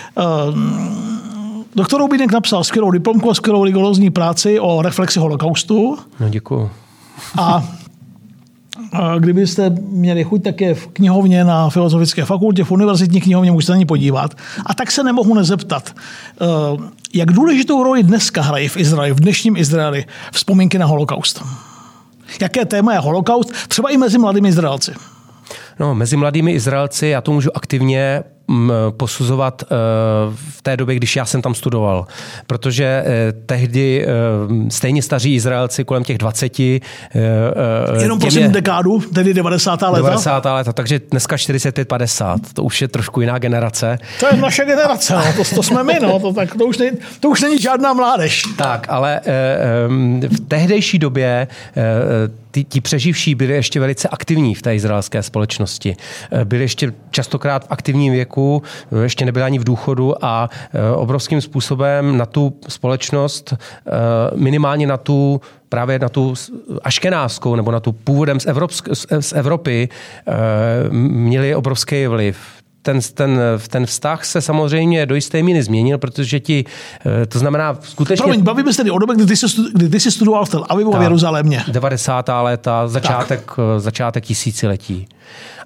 Doktor Roubínek napsal skvělou diplomku a skvělou rigorózní práci o reflexi holokaustu. No, děkuju. A kdybyste měli chuť, tak je v knihovně na Filozofické fakultě, v univerzitní knihovně, můžete na ní podívat. A tak se nemohu nezeptat, jak důležitou roli dneska hrají v Izraeli, v dnešním Izraeli, vzpomínky na holokaust. Jaké téma je holokaust? Třeba i mezi mladými Izraelci. No, mezi mladými Izraelci já to můžu aktivně posuzovat v té době, když já jsem tam studoval. Protože tehdy stejně staří Izraelci kolem těch 20. Jenom prosím dekádu, tedy 90. léta. 90. léta, takže dneska 45-50. To už je trošku jiná generace. To je naše generace, no. To jsme my, no. To už není žádná mládež. Tak, ale v tehdejší době ti přeživší byli ještě velice aktivní v té izraelské společnosti. Byli ještě častokrát v aktivním věku, ještě nebyli ani v důchodu a obrovským způsobem na tu společnost, minimálně právě na tu aškenázskou nebo na tu původem z Evropy měli obrovský vliv. Ten vztah se samozřejmě do jisté míry změnil, protože to znamená skutečně... Promiň, bavíme se tedy o době, kdy ty jsi studoval v Tel Avivu a v Jeruzalémě. 90. léta, začátek tisíciletí.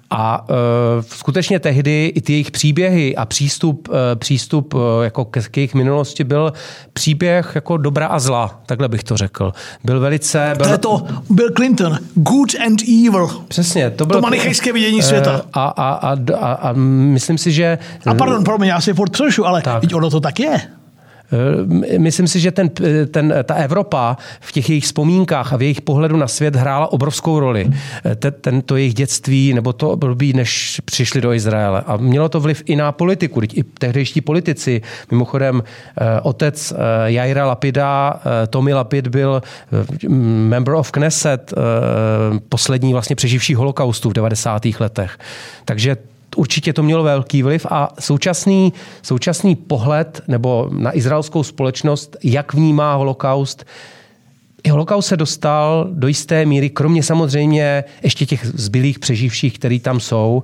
A skutečně tehdy i ty jejich příběhy a přístup jako k jejich minulosti byl příběh jako dobra a zla, takhle bych to řekl. Byl velice... To Bill Clinton, good and evil. Přesně. To manichejské vidění světa. A myslím si, že... A pardon, já si furt přerušu, ale teď ono to tak je. Myslím si, že ta Evropa v těch jejich vzpomínkách a v jejich pohledu na svět hrála obrovskou roli. To jejich dětství nebo to období, než přišli do Izraele. A mělo to vliv i na politiku. I tehdejští politici, mimochodem otec Jaira Lapida, Tomi Lapid byl member of Knesset, poslední vlastně přeživší holokaustu v 90. letech. Takže určitě to mělo velký vliv a současný pohled nebo na izraelskou společnost, jak vnímá holokaust. Holokaust se dostal do jisté míry, kromě samozřejmě ještě těch zbylých přeživších, který tam jsou,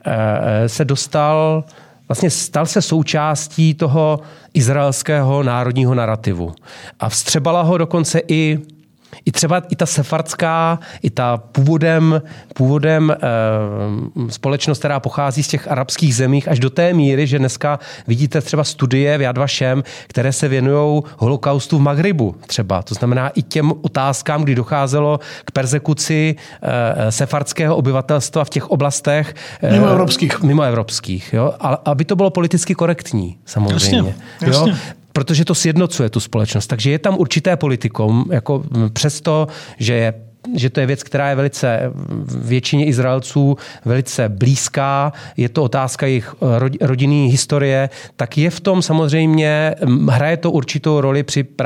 stal se součástí toho izraelského národního narrativu. A vstřebala ho dokonce i třeba i ta sefardská, i ta původem společnost, která pochází z těch arabských zemích až do té míry, že dneska vidíte třeba studie v Yad Vashem, které se věnují holokaustu v Magribu třeba. To znamená i těm otázkám, kdy docházelo k perzekuci sefardského obyvatelstva v těch oblastech mimoevropských. Jo? Aby to bylo politicky korektní, samozřejmě. Jasně. Jo? Protože to sjednocuje tu společnost. Takže je tam určité politikum, jako přesto, že to je věc, která je velice většině Izraelců velice blízká, je to otázka jejich rodinné historie, tak je v tom samozřejmě, hraje to určitou roli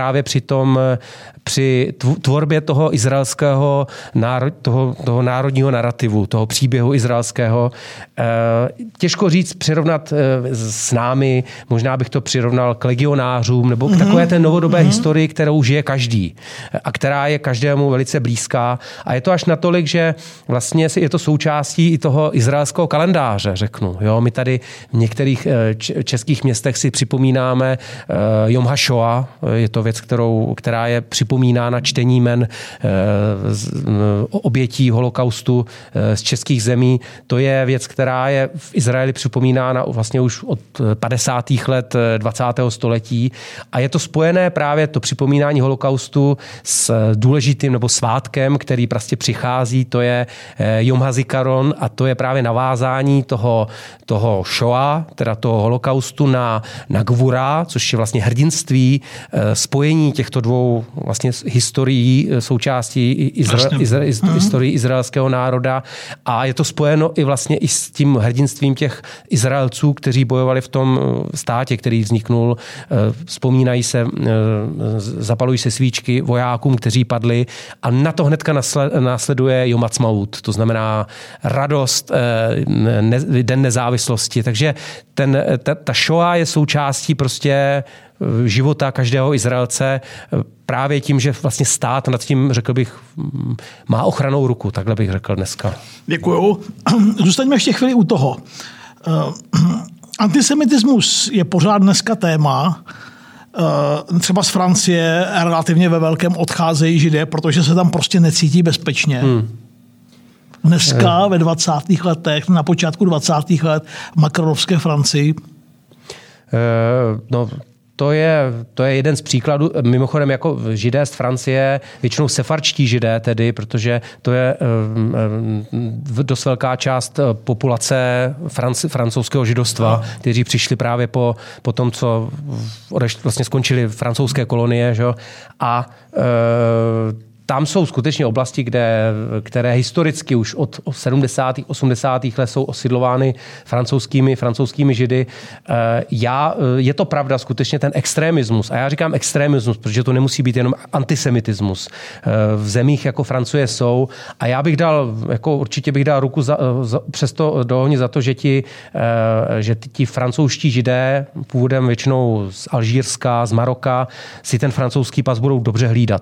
při tvorbě toho izraelského toho národního narrativu, toho příběhu izraelského. Těžko říct, přirovnat s námi, možná bych to přirovnal k legionářům, nebo k takové té novodobé historii, kterou žije každý a která je každému velice blízká. A je to až natolik, že vlastně je to součástí i toho izraelského kalendáře, řeknu. Jo, my tady v některých českých městech si připomínáme Jom HaShoah, je to věc, která je připomínána čtení jmen obětí holokaustu z českých zemí. To je věc, která je v Izraeli připomínána vlastně už od 50. let 20. století a je to spojené právě to připomínání holokaustu s důležitým nebo svátkem, který prostě přichází, to je Jom HaZikaron a to je právě navázání toho Shoah, teda toho holokaustu na Gvura, což je vlastně hrdinství, spojení těchto dvou vlastně historií, součástí historii izraelského národa a je to spojeno i vlastně i s tím hrdinstvím těch Izraelců, kteří bojovali v tom státě, který vzniknul. Vzpomínají se, zapalují se svíčky vojákům, kteří padli a na to hnedka následuje Jom Ha'atzmaut, to znamená radost, den nezávislosti. Takže ta Shoah je součástí prostě života každého Izraelce právě tím, že vlastně stát nad tím, řekl bych, má ochrannou ruku, takhle bych řekl dneska. Děkuju. Zůstaňme ještě chvíli u toho. Antisemitismus je pořád dneska téma. Třeba z Francie relativně ve velkém odcházejí Židé, protože se tam prostě necítí bezpečně. Dneska ve 20. letech, na počátku 20. let v Macronovské Francii. To je jeden z příkladů. Mimochodem jako Židé z Francie, většinou sefardští Židé tedy, protože to je dost velká část populace francouzského židovstva, kteří přišli právě po tom, co vlastně skončily francouzské kolonie. Že? A tam jsou skutečně oblasti, které historicky už od 70. 80. let jsou osidlovány francouzskými Židy. Je to pravda, skutečně ten extremismus. A já říkám extremismus, protože to nemusí být jenom antisemitismus. V zemích jako Francie jsou. A já bych určitě bych dal ruku přesto do ohně za to, že ti francouzští Židé, původem většinou z Alžírska, z Maroka, si ten francouzský pas budou dobře hlídat.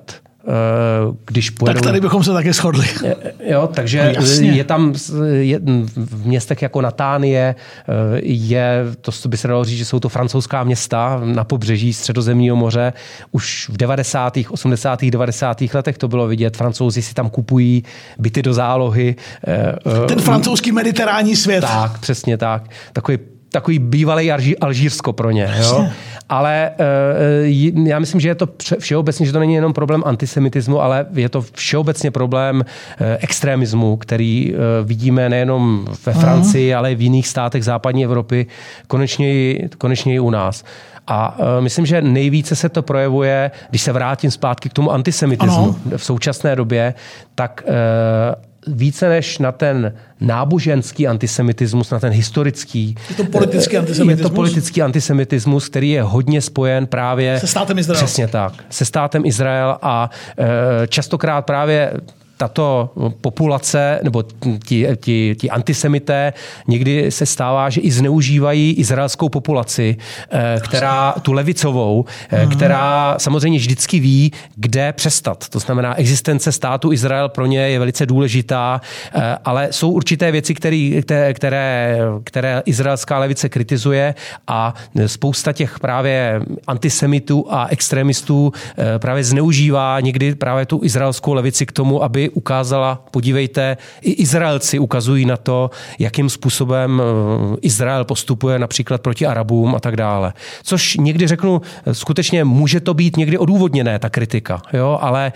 když pojedou... Tak tady bychom se taky shodli. Jo, takže je tam v městech jako Natánie, to by se dalo říct, že jsou to francouzská města na pobřeží Středozemního moře. Už v 90., 80., 90. letech to bylo vidět. Francouzi si tam kupují byty do zálohy. Ten francouzský mediterální svět. Tak, přesně tak. Takový bývalý Alžírsko pro ně. Jo? Ale já myslím, že je to všeobecně, že to není jenom problém antisemitismu, ale je to všeobecně problém extremismu, který vidíme nejenom ve Francii, ale i v jiných státech západní Evropy, konečně i u nás. A myslím, že nejvíce se to projevuje, když se vrátím zpátky k tomu antisemitismu v současné době, tak více než na ten náboženský antisemitismus, na ten historický. Je to politický antisemitismus? Je to politický antisemitismus, který je hodně spojen právě... Se státem Izrael. Přesně tak. Se státem Izrael a častokrát právě tato populace, nebo ti antisemité, někdy se stává, že i zneužívají izraelskou populaci, tu levicovou, která samozřejmě vždycky ví, kde přestat. To znamená, existence státu Izrael pro ně je velice důležitá, ale jsou určité věci, které izraelská levice kritizuje a spousta těch právě antisemitů a extremistů právě zneužívá někdy právě tu izraelskou levici k tomu, aby ukázala, podívejte, i Izraelci ukazují na to, jakým způsobem Izrael postupuje například proti Arabům a tak dále. Což někdy řeknu, skutečně může to být někdy odůvodněné, ta kritika, jo, ale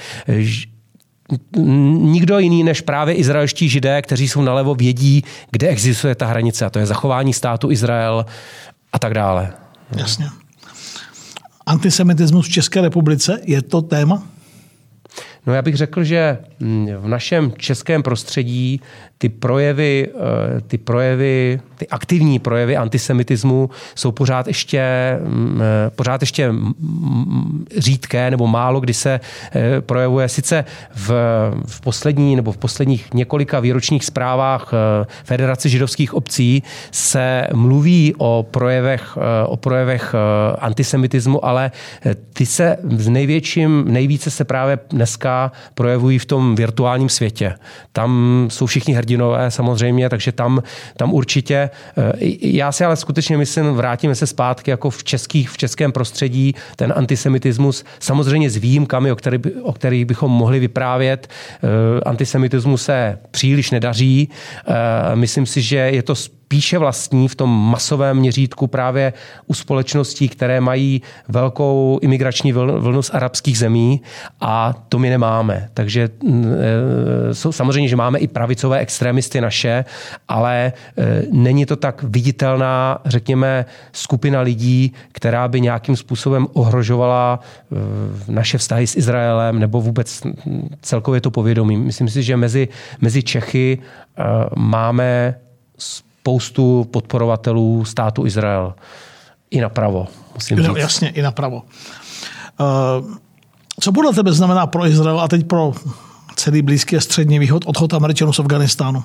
nikdo jiný než právě izraelští Židé, kteří jsou nalevo, vědí, kde existuje ta hranice, a to je zachování státu Izrael a tak dále. Jasně. Antisemitismus v České republice, je to téma? No já bych řekl, že v našem českém prostředí ty aktivní projevy antisemitismu jsou pořád ještě řídké, nebo málo kdy se projevuje. Sice v posledních několika výročních zprávách Federace židovských obcí se mluví o projevech antisemitismu, ale ty se nejvíce se právě dneska projevují v tom virtuálním světě. Tam jsou všichni hrdinové samozřejmě, takže tam určitě. Já si ale skutečně myslím, vrátíme se zpátky jako v českém prostředí, ten antisemitismus, samozřejmě s výjimkami, o kterých bychom mohli vyprávět. Antisemitismus se příliš nedaří. Myslím si, že je to spíše vlastní v tom masovém měřítku právě u společností, které mají velkou imigrační vlnu z arabských zemí, a to my nemáme. Takže samozřejmě, že máme i pravicové extremisty naše, ale není to tak viditelná, řekněme, skupina lidí, která by nějakým způsobem ohrožovala naše vztahy s Izraelem nebo vůbec celkově to povědomí. Myslím si, že mezi Čechy máme spoustu podporovatelů státu Izrael. I napravo, musím říct. Jasně, i napravo. Co podle tebe znamená pro Izrael a teď pro celý Blízký a Střední východ odchod Američanů z Afghánistánu?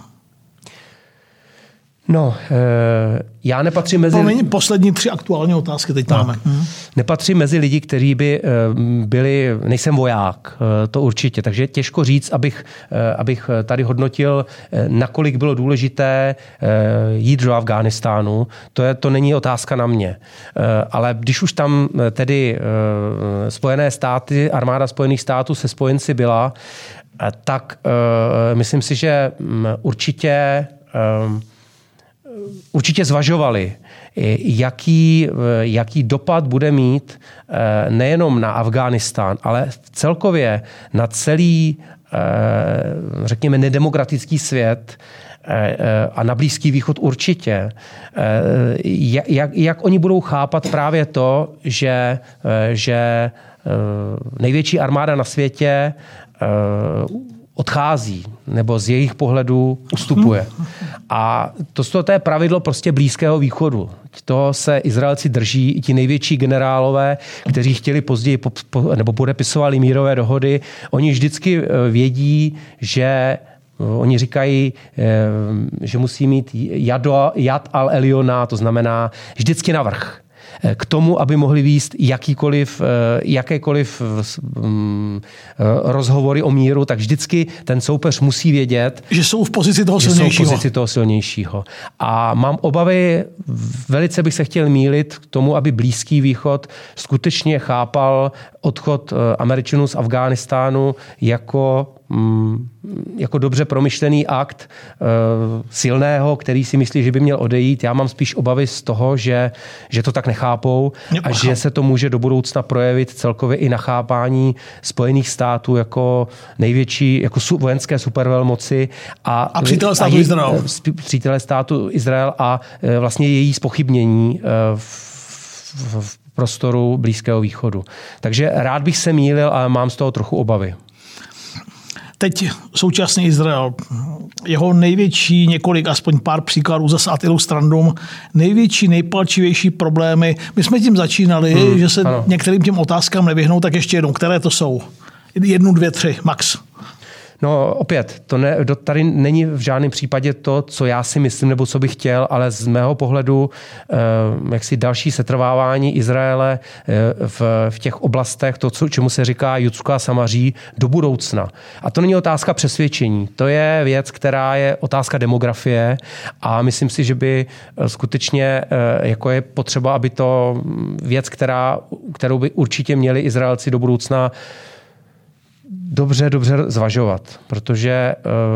No, já nepatřím mezi... Promiň, poslední 3 aktuální otázky teď máme. Nepatřím mezi lidi, kteří by byli... Nejsem voják, to určitě, takže těžko říct, abych tady hodnotil, nakolik bylo důležité jít do Afghánistánu. To není otázka na mě. Ale když už tam tedy Spojené státy, armáda Spojených států se spojenci byla, tak myslím si, že určitě zvažovali, jaký dopad bude mít nejenom na Afghánistán, ale celkově na celý, řekněme, nedemokratický svět a na Blízký východ určitě. Jak oni budou chápat právě to, že největší armáda na světě odchází, nebo z jejich pohledu ustupuje. A to je pravidlo prostě Blízkého východu. To se Izraelci drží, i ti největší generálové, kteří chtěli později nebo podepisovali mírové dohody. Oni vždycky vědí, že oni říkají, že musí mít Yad al-Eliona, to znamená vždycky navrch. k tomu, aby mohli vést jakékoliv rozhovory o míru, tak vždycky ten soupeř musí vědět, že jsou v pozici toho silnějšího. A mám obavy, velice bych se chtěl mýlit k tomu, aby Blízký východ skutečně chápal odchod Američanů z Afghánistánu jako dobře promyšlený akt silného, který si myslí, že by měl odejít. Já mám spíš obavy z toho, že to tak nechápou a že se to může do budoucna projevit celkově i na chápání Spojených států jako největší, jako vojenské supervelmoci a přítele státu Izrael a vlastně její zpochybnění v prostoru Blízkého východu. Takže rád bych se mýlil, ale mám z toho trochu obavy. Teď současný Izrael, jeho největší, aspoň pár příkladů zase Attilu Strandum, největší, nejpalčivější problémy. My jsme tím začínali, že se některým těm otázkám nevyhnou, tak ještě jednou, které to jsou? 1, 2, 3, max. No opět, tady není v žádném případě to, co já si myslím, nebo co bych chtěl, ale z mého pohledu jaksi další setrvávání Izraele v těch oblastech, to, čemu se říká Judsko a Samaří, do budoucna. A to není otázka přesvědčení. To je věc, která je otázka demografie a myslím si, že by skutečně jako je potřeba, aby to věc, kterou by určitě měli Izraelci do budoucna dobře zvažovat, protože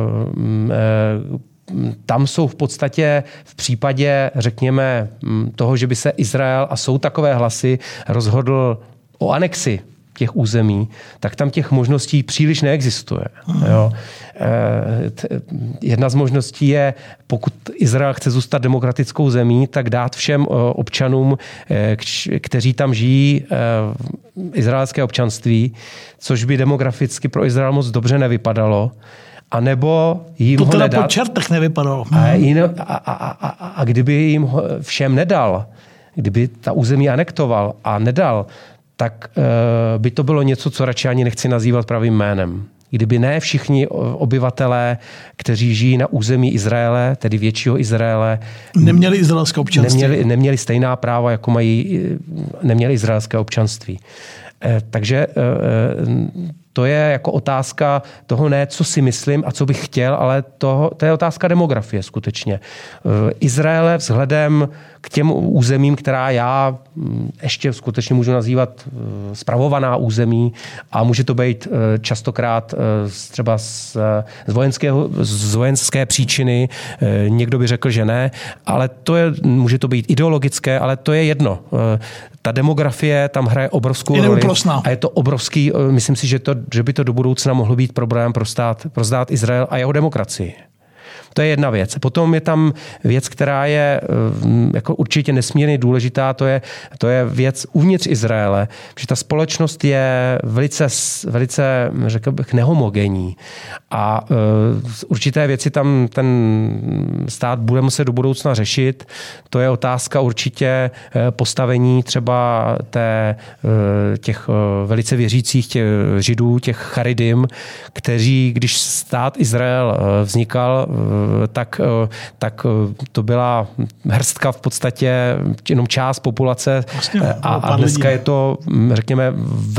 tam jsou v podstatě v případě, řekněme, toho, že by se Izrael, a jsou takové hlasy, rozhodl o anexi těch území, tak tam těch možností příliš neexistuje. Jo. Jedna z možností je, pokud Izrael chce zůstat demokratickou zemí, tak dát všem občanům, kteří tam žijí, izraelské občanství, což by demograficky pro Izrael moc dobře nevypadalo. A nebo jim to ho teda nedat. po čertech nevypadalo. A kdyby jim všem nedal, kdyby ta území anektoval a nedal, tak by to bylo něco, co radši ani nechci nazývat pravým jménem. Kdyby ne všichni obyvatelé, kteří žijí na území Izraele, tedy většího Izraele, neměli izraelské občanství. Neměli stejná práva, jako neměli izraelské občanství. Takže to je jako otázka toho ne, co si myslím a co bych chtěl, ale to je otázka demografie skutečně. Izraele vzhledem k těm územím, která já ještě skutečně můžu nazývat spravovaná území a může to být častokrát třeba z vojenské příčiny, někdo by řekl, že ne, ale může to být ideologické, ale to je jedno. Ta demografie tam hraje obrovskou roli a je to obrovský, myslím si, že by to do budoucna mohlo být problém pro stát Izrael a jeho demokracii. To je jedna věc. Potom je tam věc, která je jako určitě nesmírně důležitá, to je věc uvnitř Izraele, že ta společnost je velice řekl bych, nehomogenní. A určité věci tam ten stát bude muset do budoucna řešit. To je otázka určitě postavení třeba těch velice věřících těch Židů, těch Charidim, kteří, když stát Izrael vznikal, tak to byla hrstka v podstatě jenom část populace a dneska je to, řekněme,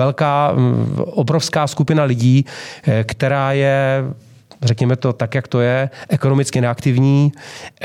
obrovská skupina lidí, která je, řekněme to tak, jak to je, ekonomicky neaktivní.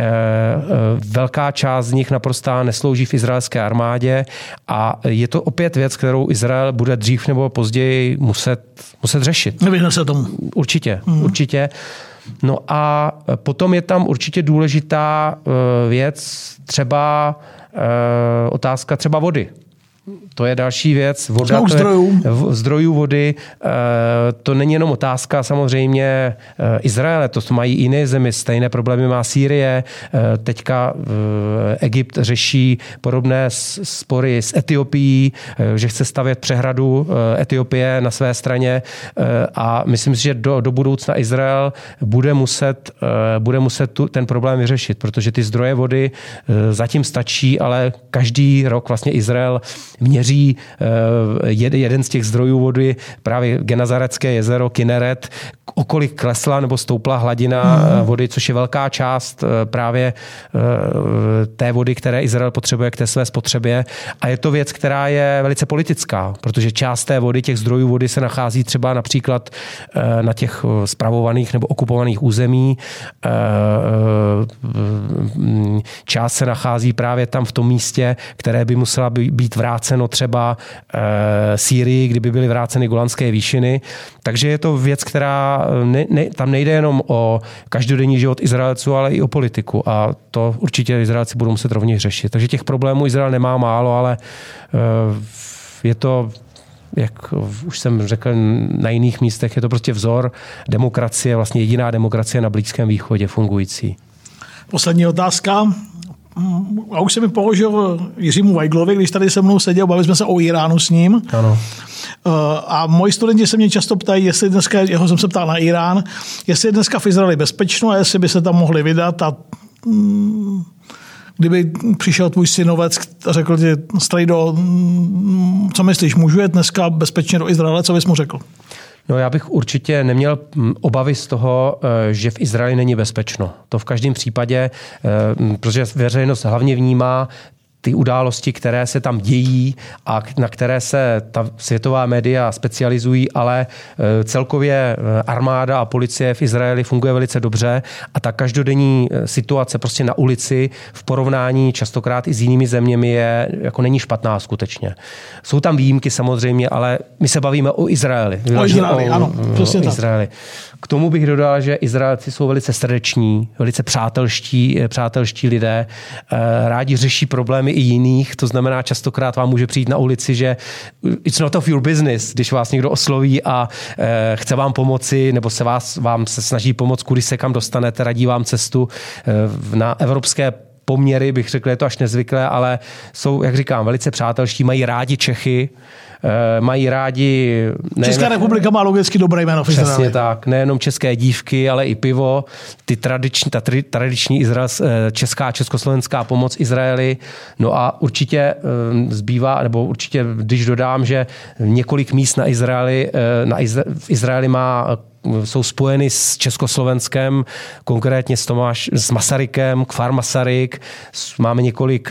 Velká část z nich naprosto neslouží v izraelské armádě a je to opět věc, kterou Izrael bude dřív nebo později muset řešit. Nevyhne se tomu. Určitě. No a potom je tam určitě důležitá věc, třeba otázka třeba vody. To je další věc. Voda, zdrojů vody. To není jenom otázka samozřejmě Izraele, to mají jiné země. Stejné problémy má Sýrie. Teďka Egypt řeší podobné spory s Etiopií, že chce stavět přehradu Etiopie na své straně. A myslím si, že do budoucna Izrael bude muset ten problém vyřešit, protože ty zdroje vody zatím stačí, ale každý rok vlastně Izrael měří jeden z těch zdrojů vody, právě Genezaretské jezero, Kineret, o kolik klesla nebo stoupla hladina vody, což je velká část právě té vody, které Izrael potřebuje k té své spotřebě. A je to věc, která je velice politická, protože část té vody, těch zdrojů vody se nachází třeba například na těch spravovaných nebo okupovaných území. Část se nachází právě tam v tom místě, které by musela být vráceno třeba Sýrii, kdyby byly vráceny Golanské výšiny. Takže je to věc, která tam nejde jenom o každodenní život Izraelců, ale i o politiku. A to určitě Izraelci budou muset rovněž řešit. Takže těch problémů Izrael nemá málo, ale je to, jak už jsem řekl na jiných místech, je to prostě vzor demokracie, vlastně jediná demokracie na Blízkém východě fungující. Poslední otázka. A už jsem mi položil Jiřímu Weiglovi, když tady se mnou seděl, bavili jsme se o Iránu s ním. Ano. A moji studenti se mě často ptají, jestli dneska, jeho jsem se ptal na Irán, jestli je dneska v Izraeli bezpečno a jestli by se tam mohli vydat a kdyby přišel tvůj synovec a řekl ti, strejdo, co myslíš, můžu jet dneska bezpečně do Izraele, co bys mu řekl? No, já bych určitě neměl obavy z toho, že v Izraeli není bezpečno. To v každém případě, protože veřejnost hlavně vnímá ty události, které se tam dějí a na které se ta světová média specializují, ale celkově armáda a policie v Izraeli funguje velice dobře a ta každodenní situace prostě na ulici v porovnání častokrát i s jinými zeměmi jako není špatná skutečně. Jsou tam výjimky samozřejmě, ale my se bavíme o Izraeli. Ano, přesně tak. Izraeli. K tomu bych dodal, že Izraelci jsou velice srdeční, velice přátelští lidé, rádi řeší problémy i jiných, to znamená častokrát vám může přijít na ulici, že it's not of your business, když vás někdo osloví a chce vám pomoci, nebo vám se snaží pomoct, kudy se kam dostanete, radí vám cestu na evropské poměry, bych řekl, je to až nezvyklé, ale jsou, jak říkám, velice přátelští, mají rádi Čechy, mají rádi... Česká republika má logicky dobré jméno v Izraeli. Přesně tak. Nejenom české dívky, ale i pivo. Ta tradiční česká, československá pomoc Izraeli. No a určitě zbývá, nebo určitě, když dodám, že několik míst v Izraeli jsou spojeny s Československem, konkrétně s Masarykem, Kfar Masaryk. Máme několik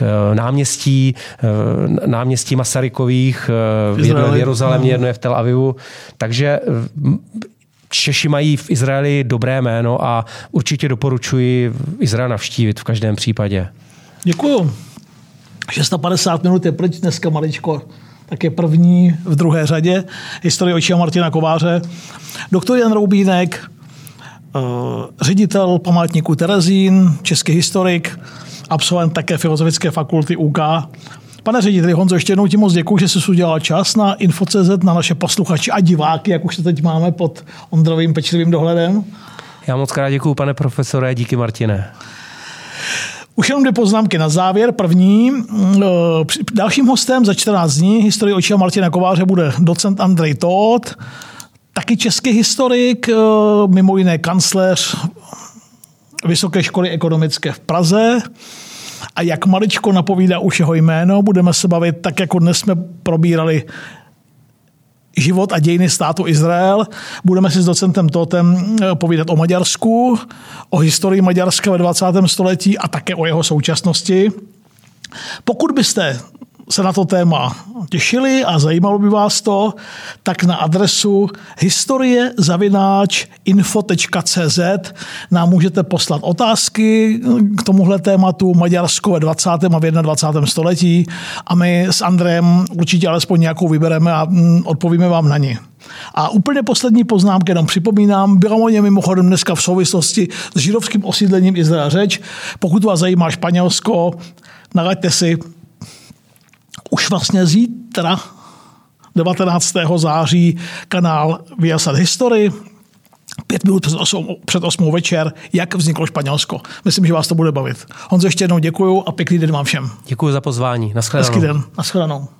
náměstí Masarykových, jedno je v Jeruzalémě, jedno je v Tel Avivu. Takže Češi mají v Izraeli dobré jméno a určitě doporučuji Izrael navštívit v každém případě. Děkuju. 650 minut je pryč dneska maličko. Tak je první v druhé řadě. Historie očima Martina Kováře. Doktor Jan Roubínek, ředitel památníku Terezín, český historik, absolvent také Filozofické fakulty UK. Pane řediteli Honzo, ještě jednou ti moc děkuji, že jsi udělal čas na Info.cz, na naše posluchači a diváky, jak už se teď máme pod Ondrovým pečlivým dohledem. Já moc krát děkuji, pane profesore, díky Martine. Už jenom 2 poznámky na závěr. První, dalším hostem za 14 dní historie očima Martina Kováře bude docent Andrej Tóth, taky český historik, mimo jiné kancléř Vysoké školy ekonomické v Praze. A jak maličko napovídá už jeho jméno, budeme se bavit tak, jako dnes jsme probírali život a dějiny státu Izrael. Budeme si s docentem Tóthem povídat o Maďarsku, o historii Maďarska ve 20. století a také o jeho současnosti. Pokud byste se na to téma těšili a zajímalo by vás to, tak na adresu historie@info.cz nám můžete poslat otázky k tomuhle tématu Maďarsko ve 20. a v 21. století a my s Andrejem určitě alespoň nějakou vybereme a odpovíme vám na ní. A úplně poslední poznámka, jenom připomínám, byla o něm mimochodem dneska v souvislosti s židovským osídlením Izraela řeč. Pokud vás zajímá Španělsko, nalaďte si už vlastně zítra, 19. září, kanál Viasat History, 5 minut před 8 večer, jak vzniklo Španělsko. Myslím, že vás to bude bavit. Honzo, ještě jednou děkuju a pěkný den vám všem. Děkuji za pozvání. Naschledanou. Hezký den. Naschledanou.